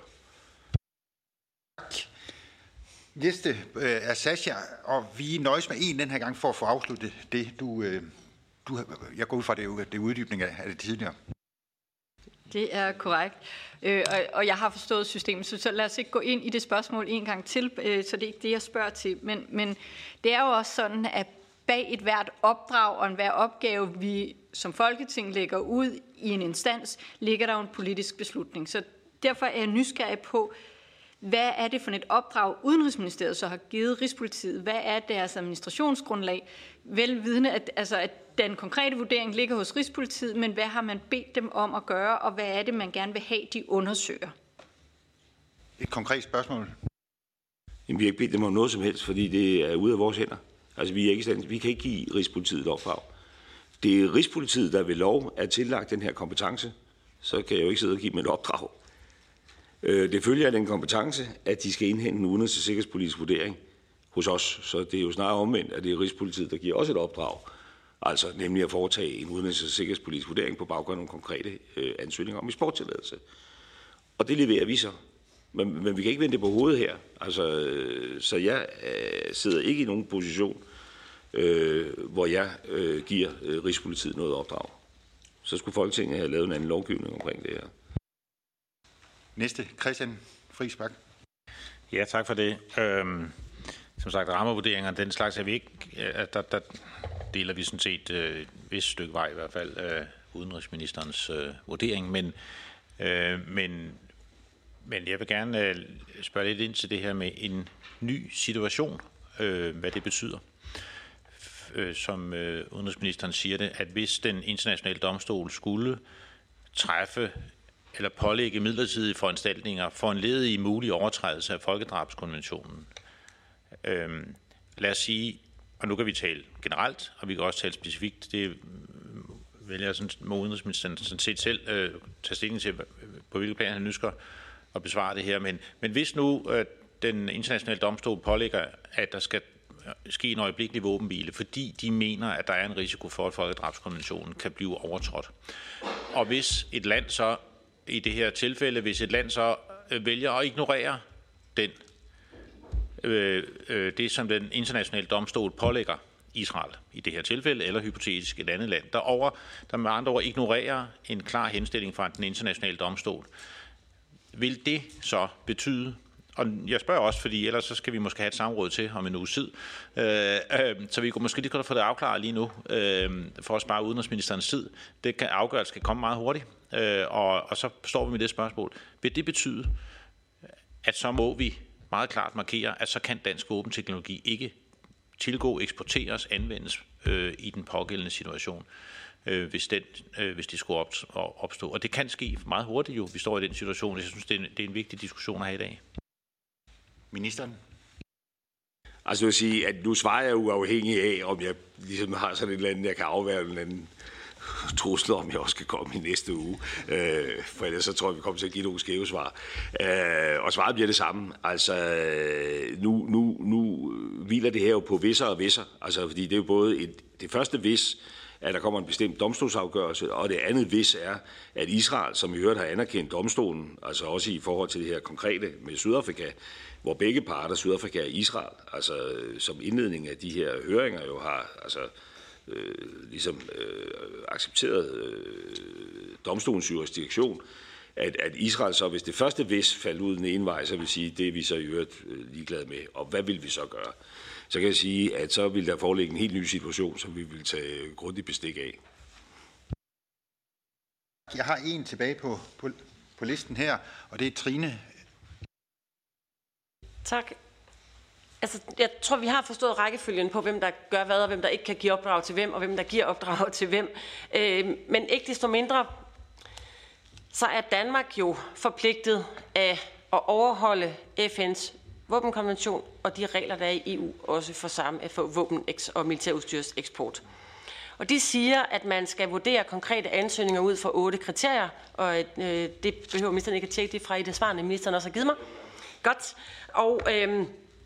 Næste øh, er Sascha, og vi nøjes med en den her gang for at få afsluttet det, du... Øh, du jeg går ud fra, det er, det er uddybning af det tidligere. Det er korrekt, øh, og, og jeg har forstået systemet, så, så lad os ikke gå ind i det spørgsmål en gang til, øh, så det er ikke det, jeg spørger til. Men, men det er jo også sådan, at bag et hvert opdrag og en hver opgave, vi som Folketing lægger ud i en instans, ligger der jo en politisk beslutning. Så derfor er jeg nysgerrig på, hvad er det for et opdrag, Udenrigsministeriet så har givet Rigspolitiet? Hvad er deres administrationsgrundlag? Velvidende, at, altså, at den konkrete vurdering ligger hos Rigspolitiet, men hvad har man bedt dem om at gøre, og hvad er det, man gerne vil have, de undersøger? Et konkret spørgsmål. Jamen, vi har ikke bedt dem om noget som helst, fordi det er ude af vores hænder. Altså, vi, er ikke stand, vi kan ikke give Rigspolitiet et opdrag. Det er Rigspolitiet, der ved lov er tillagt den her kompetence. Så kan jeg jo ikke sidde og give dem et opdrag. Det følger af den kompetence, at de skal indhente en udenrigs- og sikkerhedspolitisk vurdering hos os. Så det er jo snarere omvendt, at det er Rigspolitiet, der giver os et opdrag Altså nemlig at foretage en udenrigs- og sikkerhedspolitisk vurdering på baggrund af nogle konkrete øh, ansøgninger om eksporttilladelse. Og det leverer vi så. Men, men vi kan ikke vende det på hovedet her. Altså, øh, så jeg øh, sidder ikke i nogen position, øh, hvor jeg øh, giver øh, Rigspolitiet noget opdrag. Så skulle Folketinget have lavet en anden lovgivning omkring det her. Næste, Christian Friis Bach. Ja, tak for det. Øhm, som sagt, rammevurderinger, den slags er vi ikke, der, der deler vi sådan set øh, et vist stykke vej i hvert fald, øh, udenrigsministerens øh, vurdering, men, øh, men, men jeg vil gerne øh, spørge lidt ind til det her med en ny situation, øh, hvad det betyder. Øh, som øh, udenrigsministeren siger det, at hvis den internationale domstol skulle træffe eller pålægge midlertidige foranstaltninger for en led i mulig overtrædelse af folkedrabskonventionen. Øhm, lad os sige, og nu kan vi tale generelt, og vi kan også tale specifikt, det vælger jeg sådan, må udenrigsministeren sådan set selv øh, tage stilling til, på hvilke plan han ønsker at besvare det her. Men, men hvis nu øh, den internationale domstol pålægger, at der skal ske en øjeblikkelig våbenhvile, fordi de mener, at der er en risiko for, at folkedrabskonventionen kan blive overtrådt. Og hvis et land så, i det her tilfælde, hvis et land så øh, vælger at ignorere den, øh, øh, det, som den internationale domstol pålægger Israel i det her tilfælde, eller hypotetisk et andet land, der, over, der med andre ord ignorerer en klar henstilling fra den internationale domstol, vil det så betyde, og jeg spørger også, fordi ellers så skal vi måske have et samråd til om en uge tid, øh, øh, så vi kunne måske lige godt få det afklaret lige nu, øh, for at spare udenrigsministerens tid. Det kan afgørelsen skal komme meget hurtigt, øh, og, og så står vi med det spørgsmål. Vil det betyde, at så må vi meget klart markere, at så kan dansk våbenteknologi ikke tilgå, eksporteres, anvendes øh, i den pågældende situation, øh, hvis, den, øh, hvis det skulle opstå. Og det kan ske meget hurtigt jo, vi står i den situation. Jeg synes, det er en, det er en vigtig diskussion at have i dag. Ministeren? Altså jeg vil sige, at nu svarer jeg uafhængig af, om jeg ligesom har sådan et eller andet, jeg kan afværge en eller anden trussel, om jeg også skal komme i næste uge. Øh, for ellers så tror jeg, vi kommer til at give nogle skæve svar. Øh, og svaret bliver det samme. Altså nu, nu, nu hviler det her jo på visser og visser. Altså fordi det er jo både et, det første vis, at der kommer en bestemt domstolsafgørelse, og det andet vis er, at Israel, som i øvrigt har anerkendt domstolen, altså også i forhold til det her konkrete med Sydafrika, hvor begge parter, Sydafrika og Israel, altså som indledning af de her høringer jo har altså, øh, ligesom øh, accepteret øh, domstolens jurisdiktion, at, at Israel så, hvis det første vis faldt ud den ene vej, så vil sige, det er vi så i øvrigt ligeglade med, og hvad vil vi så gøre? Så kan jeg sige, at så vil der foreligge en helt ny situation, som vi vil tage grundigt bestik af. Jeg har en tilbage på, på, på listen her, og det er Trine. Tak. Altså, jeg tror, vi har forstået rækkefølgen på, hvem der gør hvad, og hvem der ikke kan give opdrag til hvem, og hvem der giver opdrag til hvem. Øh, men ikke desto mindre, så er Danmark jo forpligtet af at overholde F N's våbenkonvention og de regler, der er i E U, også for samme for våben- og militærudstyrs eksport. Og de siger, at man skal vurdere konkrete ansøgninger ud fra otte kriterier, og øh, det behøver ministeren ikke at tjekke det fra i det svarende, ministeren også har givet mig. Godt. Og øh,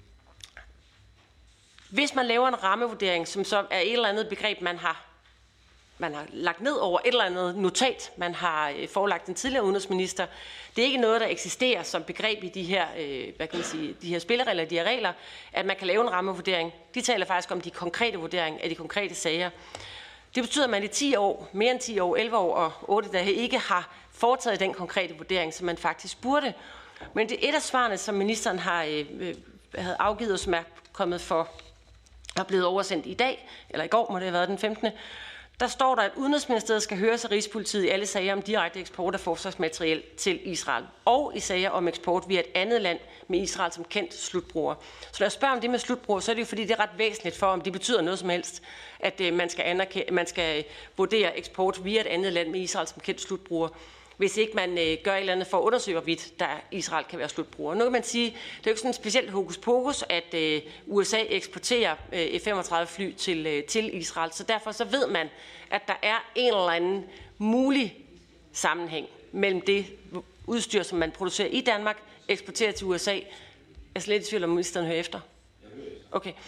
hvis man laver en rammevurdering, som så er et eller andet begreb, man har, man har lagt ned over et eller andet notat, man har øh, forelagt den tidligere udenrigsminister, det er ikke noget, der eksisterer som begreb i de her, øh, hvad kan man sige, de her spilleregler, de her regler, at man kan lave en rammevurdering. De taler faktisk om de konkrete vurderinger af de konkrete sager. Det betyder, at man i ti år, mere end ti år, elleve år og otte dage ikke har foretaget den konkrete vurdering, som man faktisk burde. Men det er et af svarene, som ministeren har øh, havde afgivet, og som er kommet for, er blevet oversendt i dag, eller i går må det have været den femtende Der står der, at Udenrigsministeriet skal høres af Rigspolitiet i alle sager om direkte eksport af forsvarsmateriel til Israel, og i sager om eksport via et andet land med Israel som kendt slutbruger. Så når jeg spørger om det med slutbruger, så er det jo fordi, det er ret væsentligt for, om det betyder noget som helst, at øh, man, skal anerkende, man skal vurdere eksport via et andet land med Israel som kendt slutbruger, hvis ikke man øh, gør et eller andet for at undersøge, hvorvidt der Israel kan være slutbruger. Nu kan man sige, det er jo ikke sådan specielt hokus pokus, at øh, U S A eksporterer øh, F femogtredive fly til, øh, til Israel, så derfor så ved man, at der er en eller anden mulig sammenhæng mellem det udstyr, som man producerer i Danmark, eksporterer til U S A. Jeg er slet i tvivl om, ministeren hører efter. Okay.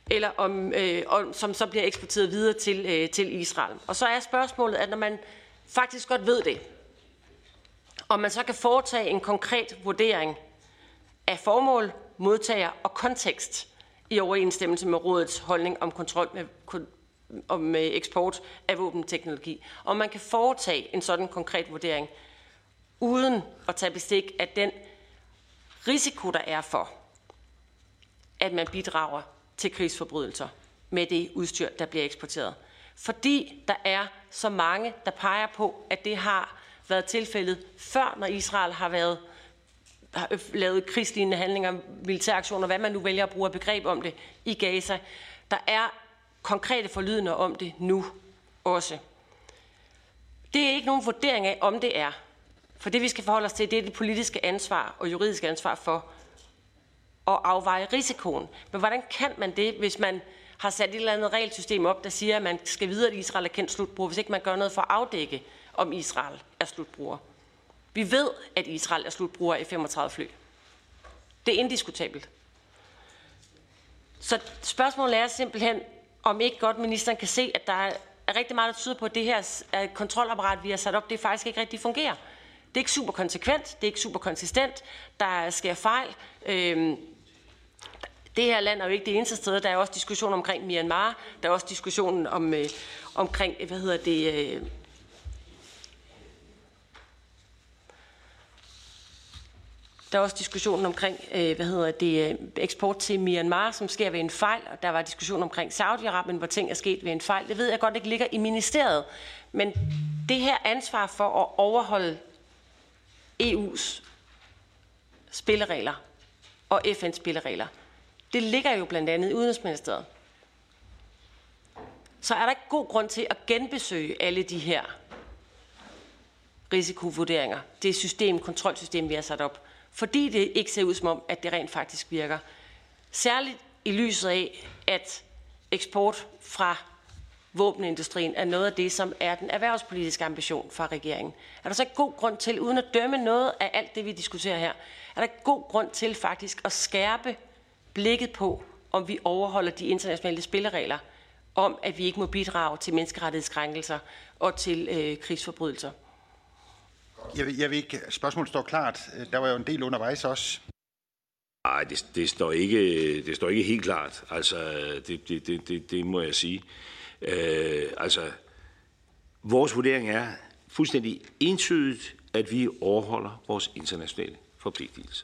eller om, øh, om, som så bliver eksporteret videre til, øh, til Israel. Og så er spørgsmålet, at når man faktisk godt ved det, om man så kan foretage en konkret vurdering af formål, modtager og kontekst i overensstemmelse med rådets holdning om kontrol med, om eksport af våbenteknologi. Om man kan foretage en sådan konkret vurdering, uden at tage bestik af den risiko, der er for, at man bidrager til krigsforbrydelser med det udstyr, der bliver eksporteret. Fordi der er så mange, der peger på, at det har været tilfældet før, når Israel har været har lavet krigslignende handlinger, militæraktioner, hvad man nu vælger at bruge af begreb om det i Gaza. Der er konkrete forlydender om det nu også. Det er ikke nogen vurdering af, om det er. For det, vi skal forholde os til, det er det politiske ansvar og juridiske ansvar for at afveje risikoen. Men hvordan kan man det, hvis man har sat et eller andet regelsystem op, der siger, at man skal vide, at Israel er kendt slutbruger, hvis ikke man gør noget for at afdække, om Israel er slutbruger? Vi ved, at Israel er slutbruger af F femogtredive fly. Det er indiskutabelt. Så spørgsmålet er simpelthen, om ikke godt ministeren kan se, at der er rigtig meget, der tyder på, at det her kontrolapparat, vi har sat op, det faktisk ikke rigtig fungerer. Det er ikke super konsekvent, det er ikke super konsistent, der sker fejl. Øhm, det her land er jo ikke det eneste sted, der er også diskussion omkring Myanmar, der er også diskussionen om, øh, omkring, hvad hedder det, øh, Der er også diskussionen omkring, øh, hvad hedder det, eksport til Myanmar, som sker ved en fejl, og der var diskussion omkring Saudi-Arabien, hvor ting er sket ved en fejl. Det ved jeg godt ikke ligger i ministeriet, men det her ansvar for at overholde E U's spilleregler og F N's spilleregler, det ligger jo blandt andet i Udenrigsministeriet. Så er der ikke god grund til at genbesøge alle de her risikovurderinger, det system, kontrolsystem, vi har sat op, fordi det ikke ser ud som om, at det rent faktisk virker. Særligt i lyset af, at eksport fra våbenindustrien er noget af det, som er den erhvervspolitiske ambition fra regeringen. Er der så ikke god grund til, uden at dømme noget af alt det, vi diskuterer her, er der ikke god grund til faktisk at skærpe blikket på, om vi overholder de internationale spilleregler, om at vi ikke må bidrage til menneskerettighedskrænkelser og til øh, krigsforbrydelser? Jeg vil, jeg vil ikke, spørgsmålet står klart. Der var jo en del undervejs også. Nej, det, det, står ikke, det står ikke helt klart. Altså, det, det, det, det, det må jeg sige. Øh, altså, vores vurdering er fuldstændig entydigt, at vi overholder vores internationale forpligtelser.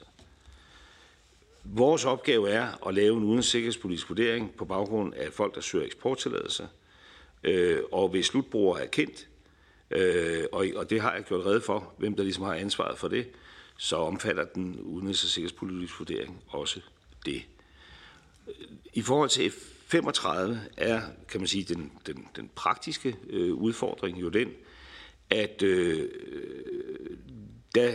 Vores opgave er at lave en udenrigssikkerhedspolitisk vurdering på baggrund af folk, der søger eksporttilladelser, øh, og hvis slutbrugere er kendt, øh, og, og det har jeg gjort rede for, hvem der ligesom har ansvaret for det, så omfatter den udenrigs- og sikkerhedspolitiske vurdering også det. I forhold til F femogtredive er, kan man sige, den, den, den praktiske øh, udfordring jo den, at øh, der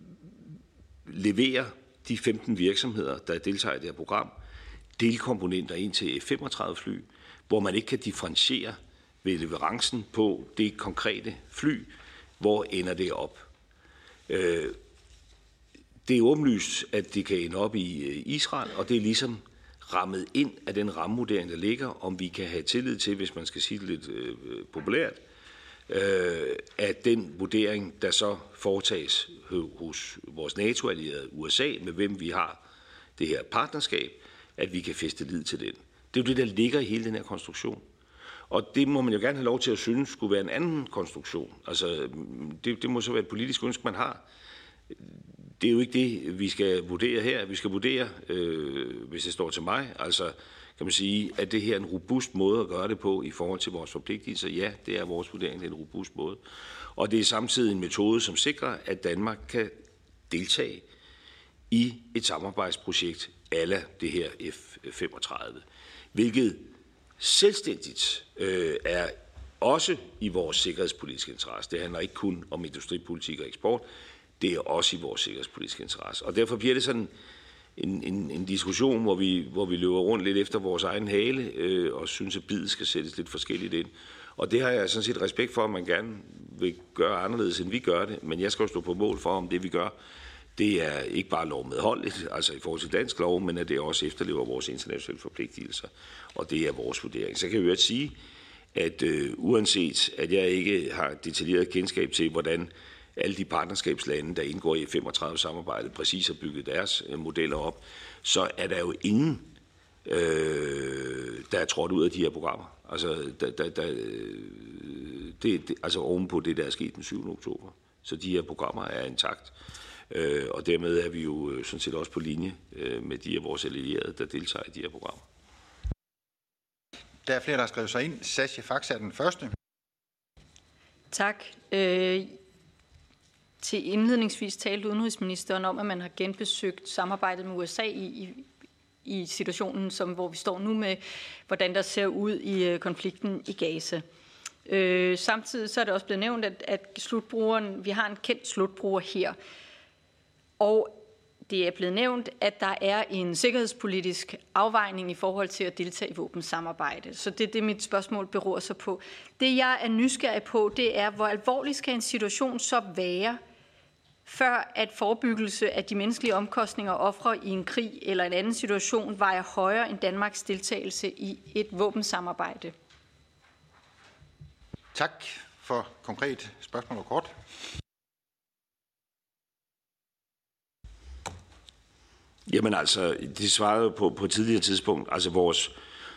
leverer de femten virksomheder, der deltager i det her program, delkomponenter ind til F femogtredive fly, hvor man ikke kan differentiere ved leverancen på det konkrete fly, hvor ender det op. Øh, det er åbenlyst, at det kan ende op i Israel, og det er ligesom rammet ind af den rammevurdering, der ligger, om vi kan have tillid til, hvis man skal sige det lidt øh, populært, øh, at den vurdering, der så foretages hos vores NATO-allierede U S A, med hvem vi har det her partnerskab, at vi kan fæste lid til den. Det er jo det, der ligger i hele den her konstruktion. Og det må man jo gerne have lov til at synes skulle være en anden konstruktion. Altså, det, det må så være et politisk ønske, man har. Det er jo ikke det, vi skal vurdere her. Vi skal vurdere, øh, hvis det står til mig, altså kan man sige, at det her er en robust måde at gøre det på i forhold til vores forpligtelser. Ja, det er vores vurdering, det er en robust måde. Og det er samtidig en metode, som sikrer, at Danmark kan deltage i et samarbejdsprojekt a la det her F femogtredive, hvilket selvstændigt øh, er også i vores sikkerhedspolitiske interesse. Det handler ikke kun om industripolitik og eksport, det er også i vores sikkerhedspolitiske interesse. Og derfor bliver det sådan en, en, en diskussion, hvor vi, hvor vi løber rundt lidt efter vores egen hale øh, og synes, at bidet skal sættes lidt forskelligt ind. Og det har jeg sådan set respekt for, at man gerne vil gøre anderledes, end vi gør det. Men jeg skal jo stå på mål for, om det vi gør, det er ikke bare lovmedholdeligt, altså i forhold til dansk lov, men at det også efterlever vores internationale forpligtelser, og det er vores vurdering. Så kan jeg jo sige, at øh, uanset at jeg ikke har detaljeret kendskab til, hvordan alle de partnerskabslande, der indgår i F femogtredive-samarbejdet, præcis har bygget deres øh, modeller op, så er der jo ingen, øh, der er trådt ud af de her programmer. Altså, der, der, der, det, det, altså ovenpå det, der er sket den syvende oktober. Så de her programmer er intakt. Øh, og dermed er vi jo sådan set også på linje øh, med de af vores allierede, der deltager i de her programmer. Der er flere, der har skrevet sig ind. Sascha Fax er den første. Tak. Øh, til indledningsvis talte udenrigsministeren om, at man har genbesøgt samarbejdet med U S A i, i, i situationen, som, hvor vi står nu med, hvordan der ser ud i konflikten i Gaza. Øh, samtidig så er det også blevet nævnt, at, at slutbrugeren, vi har en kendt slutbruger her. Og det er blevet nævnt, at der er en sikkerhedspolitisk afvejning i forhold til at deltage i våbensamarbejde. Så det er det, mit spørgsmål beror sig på. Det, jeg er nysgerrig på, det er, hvor alvorlig skal en situation så være, før at forebyggelse af de menneskelige omkostninger og ofre i en krig eller en anden situation vejer højere end Danmarks deltagelse i et våbensamarbejde? Tak for konkret spørgsmål og kort. Jamen altså, det svarede på på et tidligere tidspunkt. Altså vores,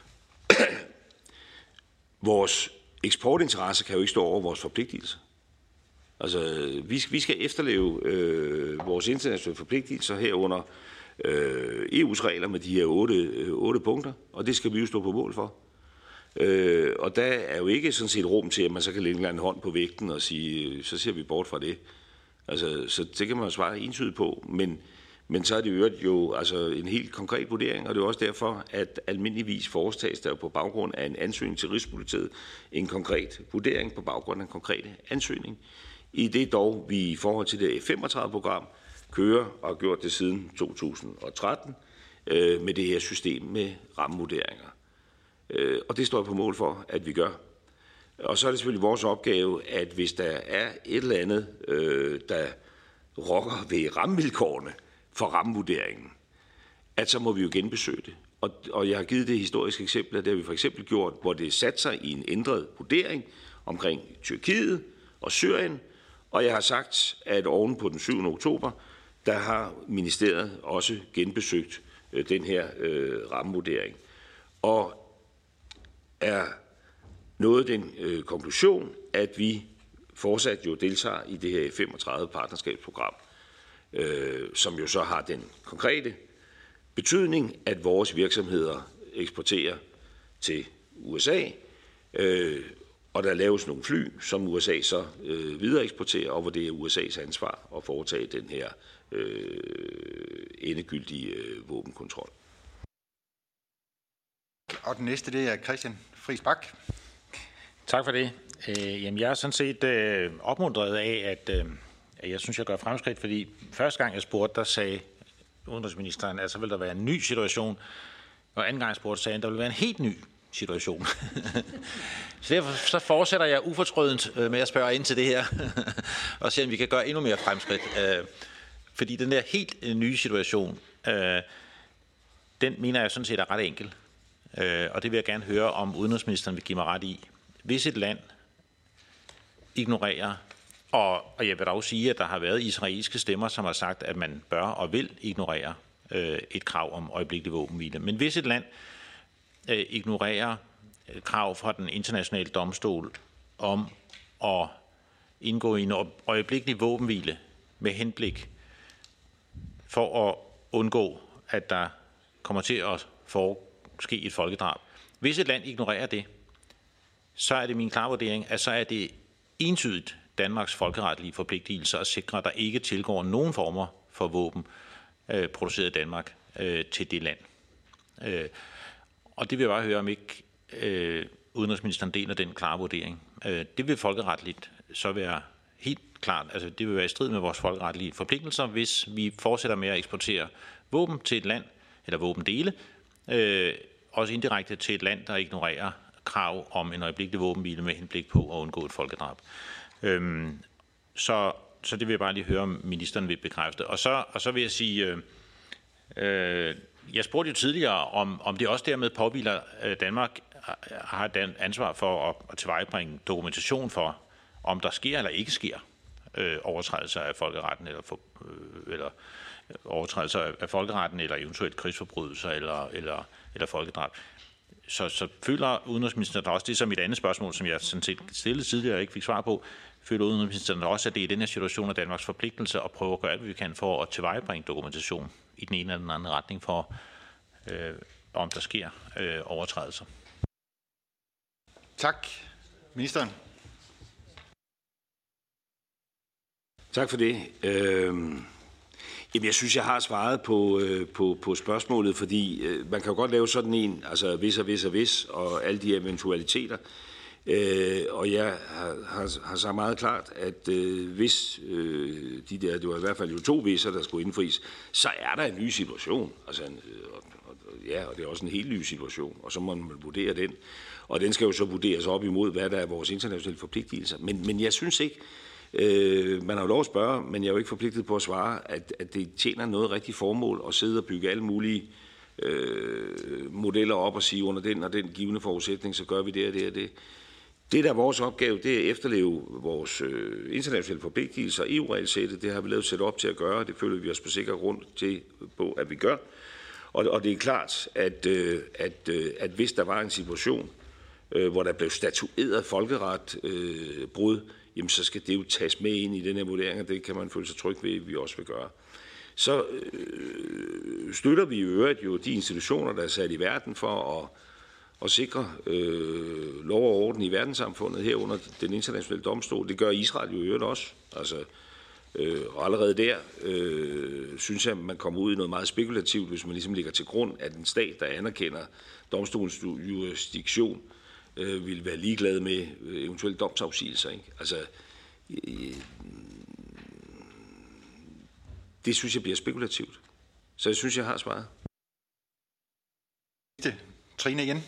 vores eksportinteresse kan jo ikke stå over vores forpligtelser. Altså, vi, vi skal efterleve øh, vores internationale forpligtelser herunder øh, E U's regler med de her otte, øh, otte punkter, og det skal vi jo stå på mål for. Øh, og der er jo ikke sådan set rum til, at man så kan lægge en hånd på vægten og sige, så ser vi bort fra det. Altså, så det kan man jo svare entydigt på, men Men så er det jo, jo altså en helt konkret vurdering, og det er også derfor, at almindeligvis foretages der på baggrund af en ansøgning til Rigspolitiet en konkret vurdering på baggrund af en konkret ansøgning. I det dog, vi i forhold til det F femogtredive-program kører og har gjort det siden to tusind og tretten øh, med det her system med rammevurderinger. Øh, og det står jeg på mål for, at vi gør. Og så er det selvfølgelig vores opgave, at hvis der er et eller andet, øh, der rokker ved rammevilkårene, for rammevurderingen, at så må vi jo genbesøge det. Og, og jeg har givet det historiske eksempel, det har vi for eksempel gjort, hvor det satte sig i en ændret vurdering omkring Tyrkiet og Syrien, og jeg har sagt, at oven på den syvende oktober, der har ministeriet også genbesøgt øh, den her øh, rammevurdering. Og er nået den øh, konklusion, at vi fortsat jo deltager i det her F femogtredive-partnerskabsprogram, Øh, som jo så har den konkrete betydning, at vores virksomheder eksporterer til U S A, øh, og der laves nogle fly, som U S A så øh, videre eksporterer, og hvor det er U S A's ansvar at foretage den her øh, endegyldige øh, våbenkontrol. Og den næste, det er Christian Friis Bach. Tak for det. Øh, jamen, jeg er sådan set øh, opmuntret af, at øh, jeg synes, jeg gør fremskridt, fordi første gang jeg spurgte, der sagde udenrigsministeren, at så vil der være en ny situation, og anden gang jeg spurgte, sagde han, at der vil være en helt ny situation. Så derfor så fortsætter jeg ufortrødent med at spørge ind til det her, og se, om vi kan gøre endnu mere fremskridt. Fordi den der helt nye situation, den mener jeg sådan set er ret enkel. Og det vil jeg gerne høre, om udenrigsministeren vil give mig ret i. Hvis et land ignorerer, Og, og jeg vil dog sige, at der har været israelske stemmer, som har sagt, at man bør og vil ignorere øh, et krav om øjeblikkelig våbenhvile. Men hvis et land øh, ignorerer et krav fra den internationale domstol om at indgå i en øjeblikkelig våbenhvile med henblik for at undgå, at der kommer til at foreske et folkedrab. Hvis et land ignorerer det, så er det min klare vurdering, at så er det entydigt Danmarks folkeretlige forpligtelser at sikre, at der ikke tilgår nogen former for våben øh, produceret i Danmark øh, til det land. Øh, og det vil jeg bare høre, om ikke øh, udenrigsministeren deler den klare vurdering. Øh, det vil folkeretligt så være helt klart, altså det vil være i strid med vores folkeretlige forpligtelser, hvis vi fortsætter med at eksportere våben til et land, eller våbendele, øh, også indirekte til et land, der ignorerer krav om en øjeblikkelig våbenhvile med henblik på at undgå et folkedrab. Øhm, så så det vil jeg bare lige høre, om ministeren vil bekræfte. Og så, og så vil jeg sige, øh, øh, jeg spurgte jo tidligere, om, om det også dermed påhviler Danmark har et ansvar for at, at tilvejebringe dokumentation for, om der sker eller ikke sker øh, overtrædelser af folkeretten, eller, for, øh, eller overtrædelser af folkeretten, eller eventuelt krigsforbrydelser, eller, eller, eller folkedrab. Så, så føler udenrigsministeren også, det er som et andet spørgsmål, som jeg sådan set stillede tidligere og ikke fik svar på, føler udenrigsministeren også, at det er i den her situation af Danmarks forpligtelse at prøve at gøre alt, hvad vi kan for at tilvejebringe dokumentation i den ene eller den anden retning for, øh, om der sker øh, overtrædelser. Tak. Ministeren. Tak for det. Øhm, jamen, jeg synes, jeg har svaret på, øh, på, på spørgsmålet, fordi øh, man kan jo godt lave sådan en, altså hvis og hvis og hvis, og alle de eventualiteter. Øh, og jeg har, har, har sagt meget klart, at øh, hvis øh, de der, det var i hvert fald jo to visser, der skulle indfries, så er der en ny situation. Altså, en, og, og, ja, og det er også en helt ny situation, og så må man vurdere den. Og den skal jo så vurderes op imod, hvad der er vores internationale forpligtelser. Men, men jeg synes ikke, øh, man har jo lov at spørge, men jeg er jo ikke forpligtet på at svare, at, at det tjener noget rigtigt formål at sidde og bygge alle mulige øh, modeller op og sige, under den og den givende forudsætning, så gør vi det og det og det. Det, der er vores opgave, det er at efterleve vores øh, internationale forpligtelser og E U-regelsættet. Det har vi lavet sæt op til at gøre, og det føler vi os på sikker grund til på, at vi gør. Og, og det er klart, at, øh, at, øh, at hvis der var en situation, øh, hvor der blev statueret folkeret øh, brud, jamen så skal det jo tages med ind i den her vurdering, og det kan man føle sig tryg ved, at vi også vil gøre. Så øh, støtter vi i øvrigt jo de institutioner, der er sat i verden for at og sikre øh, lov og orden i verdenssamfundet herunder den internationale domstol. Det gør Israel jo i øvrigt også. Altså, øh, og allerede der øh, synes jeg, at man kommer ud i noget meget spekulativt, hvis man ligesom ligger til grund, at en stat, der anerkender domstolens jurisdiktion, øh, vil være ligeglad med øh, eventuelle domsafsigelser. Ikke? Altså, øh, det synes jeg bliver spekulativt. Så jeg synes, jeg har svaret. Trine igen.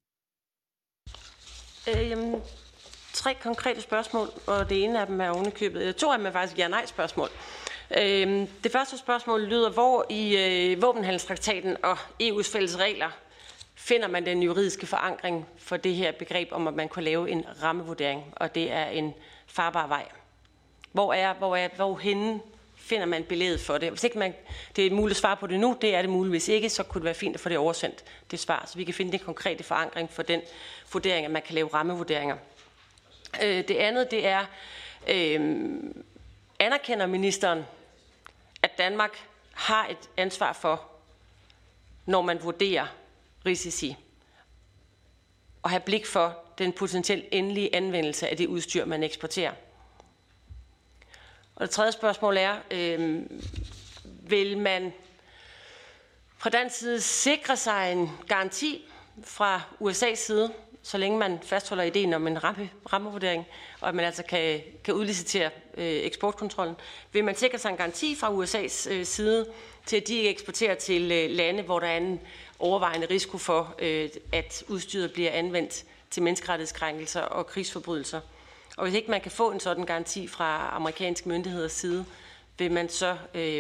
Øh, jamen, tre konkrete spørgsmål, og det ene af dem er ovenikøbet. To af dem er faktisk ja-nej-spørgsmål. Øh, det første spørgsmål lyder, hvor i øh, våbenhandelstraktaten og E U's fælles regler finder man den juridiske forankring for det her begreb om, at man kunne lave en rammevurdering, og det er en farbar vej. Hvor er, hvor er, hvor henne finder man billedet for det? Hvis ikke man, det er muligt at svare på det nu, det er det muligt. Hvis ikke, så kunne det være fint at få det oversendt, det svar, så vi kan finde den konkrete forankring for den vurdering, at man kan lave rammevurderinger. Øh, det andet, det er, øh, anerkender ministeren, at Danmark har et ansvar for, når man vurderer risici, og have blik for den potentielt endelige anvendelse af det udstyr, man eksporterer? Og det tredje spørgsmål er, øh, vil man fra dansk side sikre sig en garanti fra U S A's side, så længe man fastholder ideen om en ramme, rammevurdering, og at man altså kan, kan udlicitere øh, eksportkontrollen? Vil man sikre sig en garanti fra U S A's øh, side til, at de ikke eksporterer til øh, lande, hvor der er en overvejende risiko for, øh, at udstyret bliver anvendt til menneskerettighedskrænkelser og krigsforbrydelser? Og hvis ikke man kan få en sådan garanti fra amerikanske myndigheders side, vil man så øh,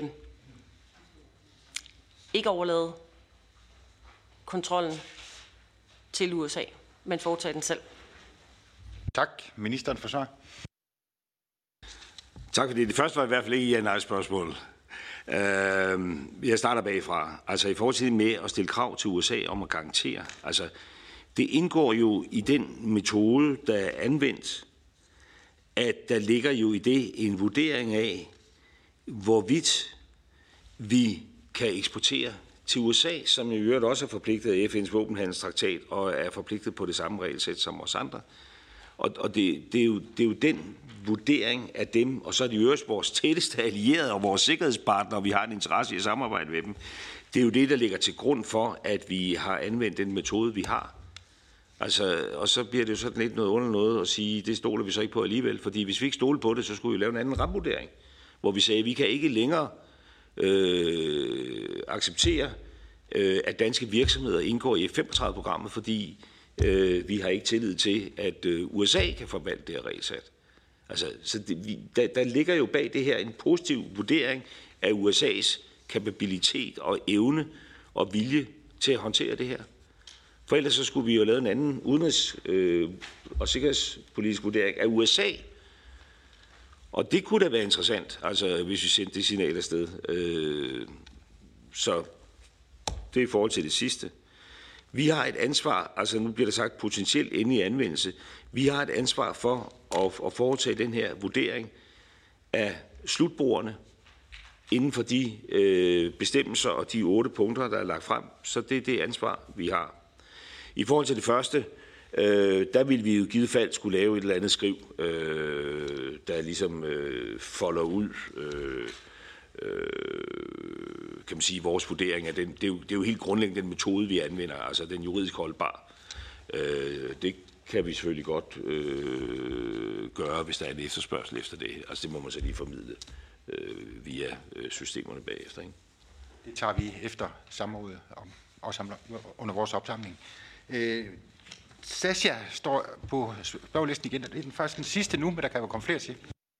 ikke overlade kontrollen til U S A, men foretage den selv? Tak. Ministeren for svar. Tak for det. Det første var i hvert fald ikke ja-nej-spørgsmål. Øh, jeg starter bagfra. Altså i forhold til med at stille krav til U S A om at garantere. Altså det indgår jo i den metode, der er anvendt, at der ligger jo i det en vurdering af, hvorvidt vi kan eksportere til U S A, som i øvrigt også er forpligtet af F N's våbenhandelstraktat og er forpligtet på det samme regelsæt som os andre. Og, og det, det, er jo, det er jo den vurdering af dem, og så er de øvrigt vores tætteste allierede og vores sikkerhedspartnere, og vi har en interesse i at samarbejde med dem. Det er jo det, der ligger til grund for, at vi har anvendt den metode, vi har. Altså, og så bliver det jo sådan lidt noget under noget at sige, det stoler vi så ikke på alligevel, fordi hvis vi ikke stoler på det, så skulle vi lave en anden rammevurdering, hvor vi sagde, at vi kan ikke længere øh, acceptere, øh, at danske virksomheder indgår i F femogtredive-programmet, fordi øh, vi har ikke tillid til, at øh, U S A kan forvalte det her regelsæt. Altså, så det, vi, der, der ligger jo bag det her en positiv vurdering af U S A's kapabilitet og evne og vilje til at håndtere det her. For ellers så skulle vi jo lave en anden udenrigs- øh, og sikkerhedspolitisk vurdering af U S A. Og det kunne da være interessant, altså hvis vi sendte det signal afsted. Øh, så det er i forhold til det sidste. Vi har et ansvar, altså nu bliver der sagt potentielt inde i anvendelse, vi har et ansvar for at, at foretage den her vurdering af slutbrugerne inden for de øh, bestemmelser og de otte punkter, der er lagt frem. Så det er det ansvar, vi har. I forhold til det første, øh, der ville vi jo i givet fald skulle lave et eller andet skriv, øh, der ligesom øh, folder ud, øh, øh, kan man sige, vores vurdering af den. Det er, jo, det er jo helt grundlæggende den metode, vi anvender, altså den juridisk holdbare. Øh, det kan vi selvfølgelig godt øh, gøre, hvis der er en efterspørgsel efter det. Altså det må man så lige formidle øh, via øh, systemerne bagefter, ikke? Det tager vi efter samrådet og under vores opsamling. Øh, Sascha står på spørgelisten igen, det er den første den sidste nu, men der kan jo komme flere til.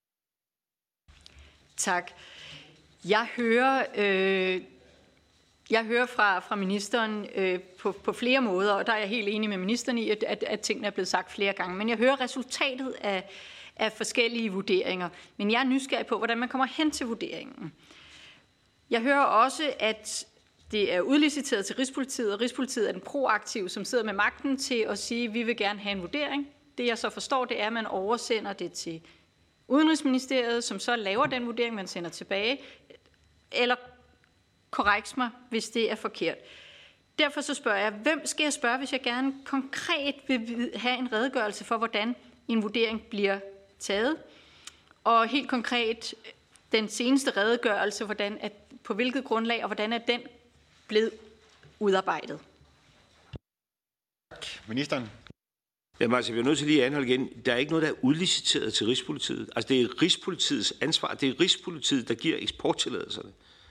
Tak. Jeg hører, øh, jeg hører fra, fra ministeren øh, på, på flere måder, og der er jeg helt enig med ministeren i, at, at, at tingene er blevet sagt flere gange. Men jeg hører resultatet af, af forskellige vurderinger. Men jeg er nysgerrig på, hvordan man kommer hen til vurderingen. Jeg hører også, at det er udliciteret til Rigspolitiet, og Rigspolitiet er den proaktive, som sidder med magten til at sige, at vi vil gerne have en vurdering. Det jeg så forstår, det er, at man oversender det til Udenrigsministeriet, som så laver den vurdering, man sender tilbage, eller korreks mig, hvis det er forkert. Derfor så spørger jeg, hvem skal jeg spørge, hvis jeg gerne konkret vil have en redegørelse for, hvordan en vurdering bliver taget, og helt konkret den seneste redegørelse, hvordan at, på hvilket grundlag, og hvordan er den blevet udarbejdet? Ministeren. Jamen altså, vi er nødt til lige at anholde igen. Der er ikke noget, der er udliciteret til Rigspolitiet. Altså, det er Rigspolitiets ansvar. Det er Rigspolitiet, der giver eksporttilladelserne.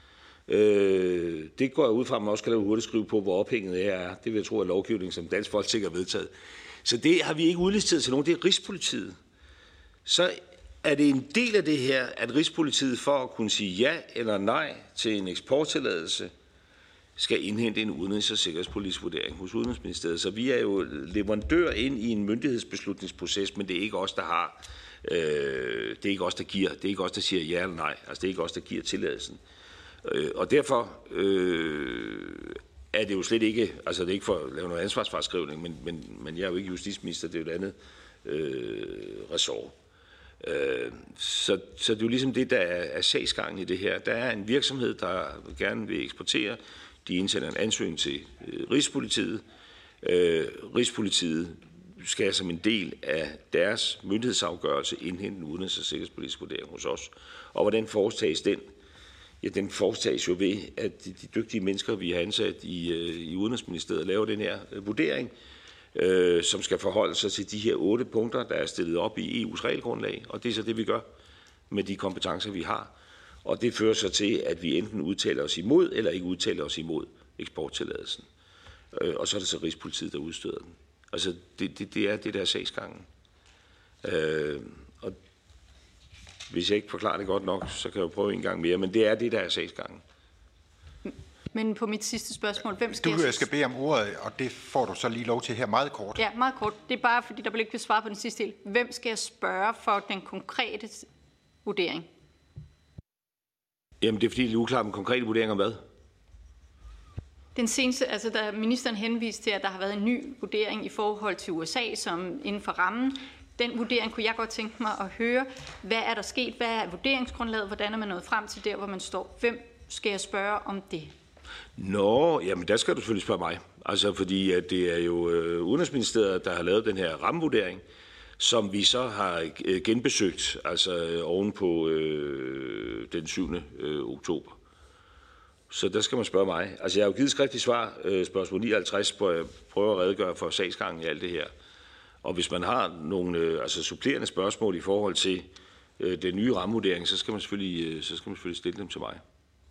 Øh, det går jeg ud fra, at man også kan lave hurtigt skrive på, hvor ophænget er. Det vil jeg tro er lovgivning, som Dansk Folketing har vedtaget. Så det har vi ikke udliciteret til nogen. Det er Rigspolitiet. Så er det en del af det her, at Rigspolitiet for at kunne sige ja eller nej til en eksporttilladelse, skal indhente en udenrigs- og sikkerhedspolitisk vurdering hos Udenrigsministeriet. Så vi er jo leverandør ind i en myndighedsbeslutningsproces, men det er ikke os, der har, øh, det er ikke os, der giver, det er ikke os, der siger ja eller nej. Altså det er ikke os, der giver tilladelsen. Øh, og derfor øh, er det jo slet ikke, altså det er ikke for at lave noget ansvarsfraskrivning, men, men, men jeg er jo ikke justitsminister, det er jo et andet øh, ressort. Øh, så, så det er jo ligesom det, der er, er sagsgangen i det her. Der er en virksomhed, der gerne vil eksportere. De indsender en ansøgning til øh, Rigspolitiet. Øh, Rigspolitiet skal som en del af deres myndighedsafgørelse indhente en udenrigs- og sikkerhedspolitisk vurdering hos os. Og hvordan foretages den? Ja, den foretages jo ved, at de, de dygtige mennesker, vi har ansat i, øh, i Udenrigsministeriet, laver den her øh, vurdering, øh, som skal forholde sig til de her otte punkter, der er stillet op i E U's regelgrundlag. Og det er så det, vi gør med de kompetencer, vi har. Og det fører så til, at vi enten udtaler os imod, eller ikke udtaler os imod eksporttilladelsen. Øh, og så er det så Rigspolitiet, der udstøder den. Altså, det, det, det er det der sagsgangen. Øh, og hvis jeg ikke forklarer det godt nok, så kan jeg jo prøve en gang mere, men det er det, der er sagsgangen. Men på mit sidste spørgsmål, hvem skal Du jeg... skal bede om ordet, og det får du så lige lov til her meget kort. Ja, meget kort. Det er bare, fordi der blev ikke besvaret på den sidste del. Hvem skal jeg spørge for den konkrete vurdering? Jamen, det er fordi, det er uklart med konkrete vurderinger om hvad? Den seneste, altså da ministeren henviste til, at der har været en ny vurdering i forhold til U S A, som inden for rammen. Den vurdering kunne jeg godt tænke mig at høre. Hvad er der sket? Hvad er vurderingsgrundlaget? Hvordan er man nået frem til der, hvor man står? Hvem skal jeg spørge om det? Nå, jamen der skal du selvfølgelig spørge mig. Altså fordi at det er jo øh, Udenrigsministeriet, der har lavet den her rammevurdering, som vi så har øh, genbesøgt, altså øh, oven på øh, den syvende oktober. Så der skal man spørge mig. Altså jeg har jo givet skriftligt svar, øh, spørgsmål nioghalvtreds, hvor jeg prøver at redegøre for sagsgangen i alt det her. Og hvis man har nogle øh, altså supplerende spørgsmål i forhold til øh, den nye rammevurdering, så skal man selvfølgelig, øh, så skal man selvfølgelig stille dem til mig.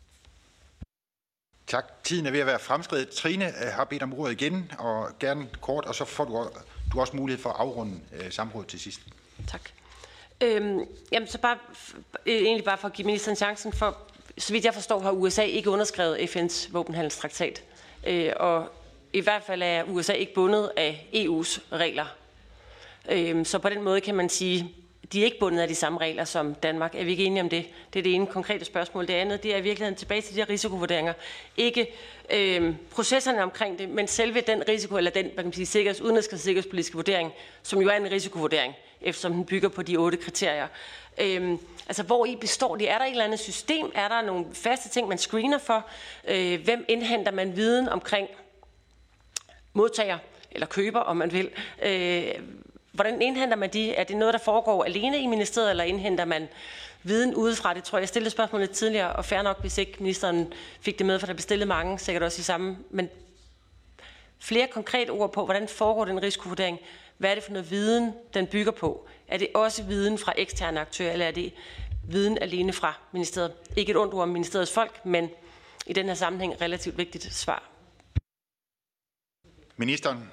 Tak. Tiden er ved at være fremskredet. Trine har bedt om ordet igen, og gerne kort, og så får du, du også mulighed for at afrunde øh, samrådet til sidst. Tak. Øhm, jamen, så bare, egentlig bare for at give ministeren chancen for, så vidt jeg forstår, har U S A ikke underskrevet F N's våbenhandelstraktat. Øh, og i hvert fald er U S A ikke bundet af E U's regler. Øh, så på den måde kan man sige, de er ikke bundet af de samme regler som Danmark. Er vi ikke enige om det? Det er det ene konkrete spørgsmål. Det andet, det er i virkeligheden tilbage til de her risikovurderinger. Ikke øh, processerne omkring det, men selve den risiko, eller den, hvad kan man sige, sikkerheds, udenrigs- og sikkerhedspolitiske vurdering, som jo er en risikovurdering, eftersom den bygger på de otte kriterier. Øh, altså, hvor i består det? Er der et eller andet system? Er der nogle faste ting, man screener for? Øh, hvem indhenter man viden omkring modtager, eller køber, om man vil? Øh, Hvordan indhenter man de? Er det noget, der foregår alene i ministeriet, eller indhenter man viden udefra? Det tror jeg, jeg stillede spørgsmålet tidligere, og fair nok, hvis ikke ministeren fik det med, for der blev stillet mange, sikkert også i samme. Men flere konkrete ord på, hvordan foregår den risikovurdering? Hvad er det for noget viden, den bygger på? Er det også viden fra eksterne aktører, eller er det viden alene fra ministeriet? Ikke et ondt ord om ministeriets folk, men i den her sammenhæng relativt vigtigt svar. Ministeren.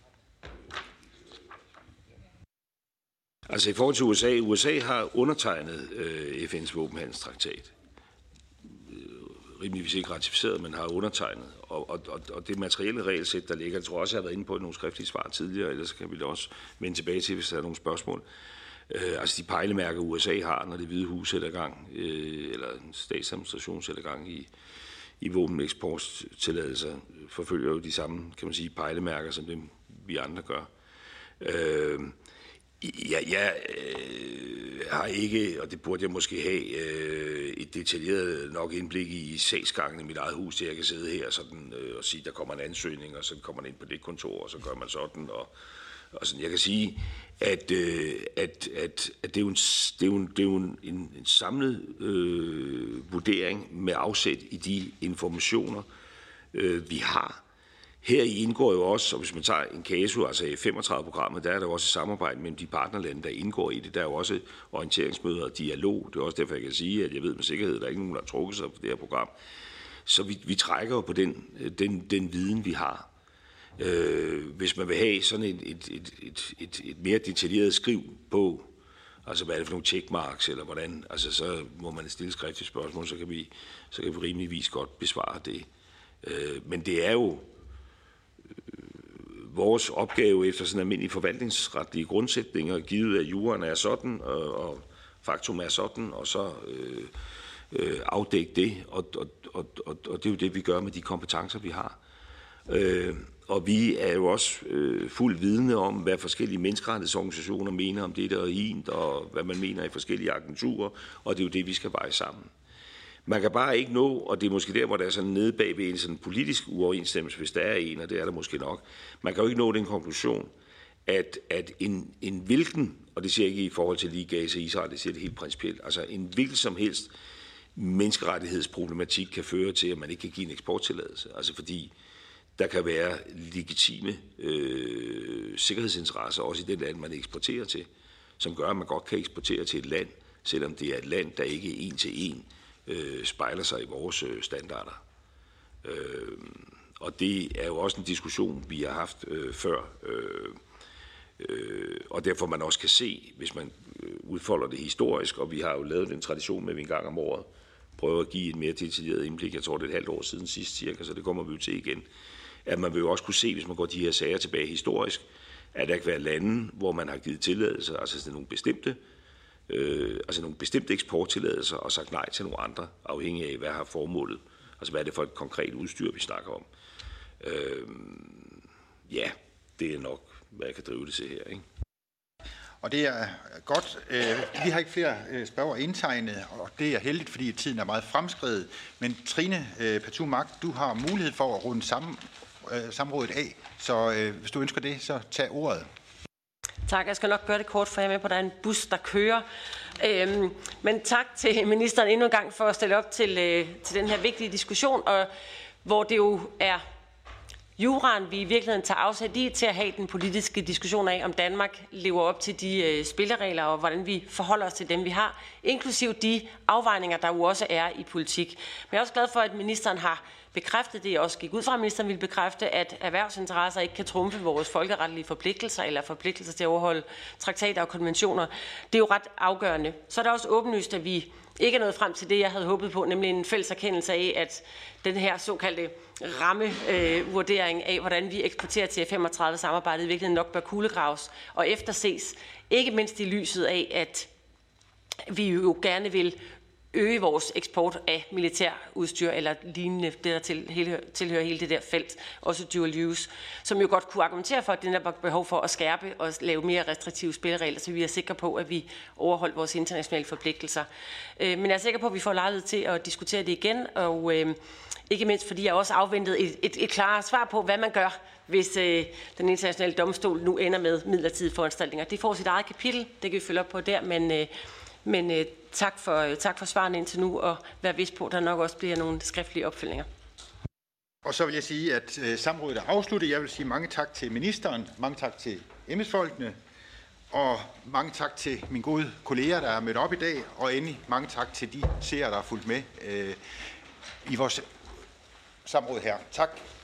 Altså i forhold til U S A, U S A har undertegnet øh, F N's våbenhandelstraktat. Rimeligvis ikke ratificeret, men har undertegnet. Og, og, og det materielle regelsæt, der ligger, jeg tror også, jeg har været inde på nogle skriftlige svar tidligere, ellers kan vi det også vende tilbage til, hvis der er nogle spørgsmål. Øh, altså de pejlemærker, U S A har, når det Hvide Hus sætter gang, øh, eller en statsadministration sætter gang i, i våbeneksporttilladelser, forfølger jo de samme, kan man sige, pejlemærker, som dem vi andre gør. Øh, Ja, jeg øh, har ikke, og det burde jeg måske have, øh, et detaljeret nok indblik i sagsgangen i mit eget hus, til jeg kan sidde her sådan, øh, og sige, der kommer en ansøgning, og så kommer man ind på det kontor, og så gør man sådan. Og, og sådan. Jeg kan sige, at, øh, at, at, at det er jo en, det er jo en, det er jo en, en samlet øh, vurdering med afsæt i de informationer, øh, vi har. Her indgår jo også, og hvis man tager en casu, altså F femogtredive-programmet, der er der jo også et samarbejde mellem de partnerlande, der indgår i det. Der er jo også orienteringsmøder og dialog. Det er også derfor, jeg kan sige, at jeg ved med sikkerhed, at der er ikke nogen, der har trukket sig på det her program. Så vi, vi trækker jo på den, den, den viden, vi har. Øh, hvis man vil have sådan et, et, et, et, et, et mere detaljeret skriv på, altså hvad er det for nogle checkmarks, eller hvordan, altså så må man stille skriftlige spørgsmål, så kan vi, så kan vi rimeligvis godt besvare det. Øh, men det er jo vores opgave efter sådan almindelige forvaltningsretlige grundsætninger, givet at juraen er sådan, og, og faktum er sådan, og så øh, øh, afdække det, og, og, og, og, og det er jo det, vi gør med de kompetencer, vi har. Øh, og vi er jo også øh, fuldt vidne om, hvad forskellige menneskerettighedsorganisationer mener om det, der er hint, og hvad man mener i forskellige agenturer, og det er jo det, vi skal veje sammen. Man kan bare ikke nå, og det er måske der, hvor der er sådan nede bagved en sådan politisk uoverensstemmelse, hvis der er en, og det er der måske nok. Man kan jo ikke nå den konklusion, at, at en, en hvilken, og det siger jeg ikke i forhold til lige Gaza og Israel, det siger det helt principielt, altså en hvilken som helst menneskerettighedsproblematik kan føre til, at man ikke kan give en eksporttilladelse. Altså fordi der kan være legitime øh, sikkerhedsinteresser, også i det land, man eksporterer til, som gør, at man godt kan eksportere til et land, selvom det er et land, der ikke en til en Øh, spejler sig i vores øh, standarder. Øh, og det er jo også en diskussion, vi har haft øh, før, øh, øh, og derfor man også kan se, hvis man øh, udfolder det historisk, og vi har jo lavet en tradition med, at vi en gang om året prøver at give et mere detaljeret indblik, jeg tror det er et halvt år siden sidst cirka, så det kommer vi jo til igen, at man vil jo også kunne se, hvis man går de her sager tilbage historisk, at der kan være lande, hvor man har givet tilladelser, altså til nogle bestemte Øh, altså nogle bestemte eksporttilladelser og sagt nej til nogle andre, afhængig af, hvad har formålet. Altså, hvad er det for et konkret udstyr, vi snakker om. Øh, ja, det er nok, hvad jeg kan drive det til her, ikke? Og det er godt. Vi har ikke flere spørger indtegnet, og det er heldigt, fordi tiden er meget fremskredet. Men Trine Pertou Mach, du har mulighed for at runde sammen, samrådet af, så hvis du ønsker det, så tag ordet. Tak, jeg skal nok gøre det kort, for jeg er med på, at der er en bus, der kører. Øhm, men tak til ministeren endnu en gang for at stille op til, øh, til den her vigtige diskussion, og hvor det jo er juraen, vi i virkeligheden tager afsæt i til at have den politiske diskussion af, om Danmark lever op til de øh, spilleregler, og hvordan vi forholder os til dem, vi har, inklusiv de afvejninger, der jo også er i politik. Men jeg er også glad for, at ministeren har bekræftet det, jeg også gik ud fra, at ministeren ville bekræfte, at erhvervsinteresser ikke kan trumfe vores folkeretlige forpligtelser eller forpligtelser til at overholde traktater og konventioner. Det er jo ret afgørende. Så er der også åbenlyst, at vi ikke er nået frem til det, jeg havde håbet på, nemlig en fælles erkendelse af, at den her såkaldte rammevurdering øh, af, hvordan vi eksporterer til F femogtredive-samarbejdet i virkeligheden nok bør kuglegraves og efterses, ikke mindst i lyset af, at vi jo gerne vil øge vores eksport af militærudstyr eller lignende, det der til, tilhører hele det der felt, også dual use, som jo godt kunne argumentere for, at den der behov for at skærpe og lave mere restriktive spilleregler, så vi er sikre på, at vi overholder vores internationale forpligtelser. Men jeg er sikker på, at vi får lejlighed til at diskutere det igen, og ikke mindst fordi jeg også afventede et, et, et klart svar på, hvad man gør, hvis øh, den internationale domstol nu ender med midlertidige foranstaltninger. Det får sit eget kapitel, det kan vi følge op på der, men, øh, men øh, tak, for, øh, tak for svarene indtil nu, og vær vidst på, at der nok også bliver nogle skriftlige opfølgninger. Og så vil jeg sige, at øh, samrådet er afsluttet. Jeg vil sige mange tak til ministeren, mange tak til embedsfolkene, og mange tak til mine gode kolleger, der er mødt op i dag, og endelig mange tak til de seere, der har fulgt med øh, i vores samråd her. Tak.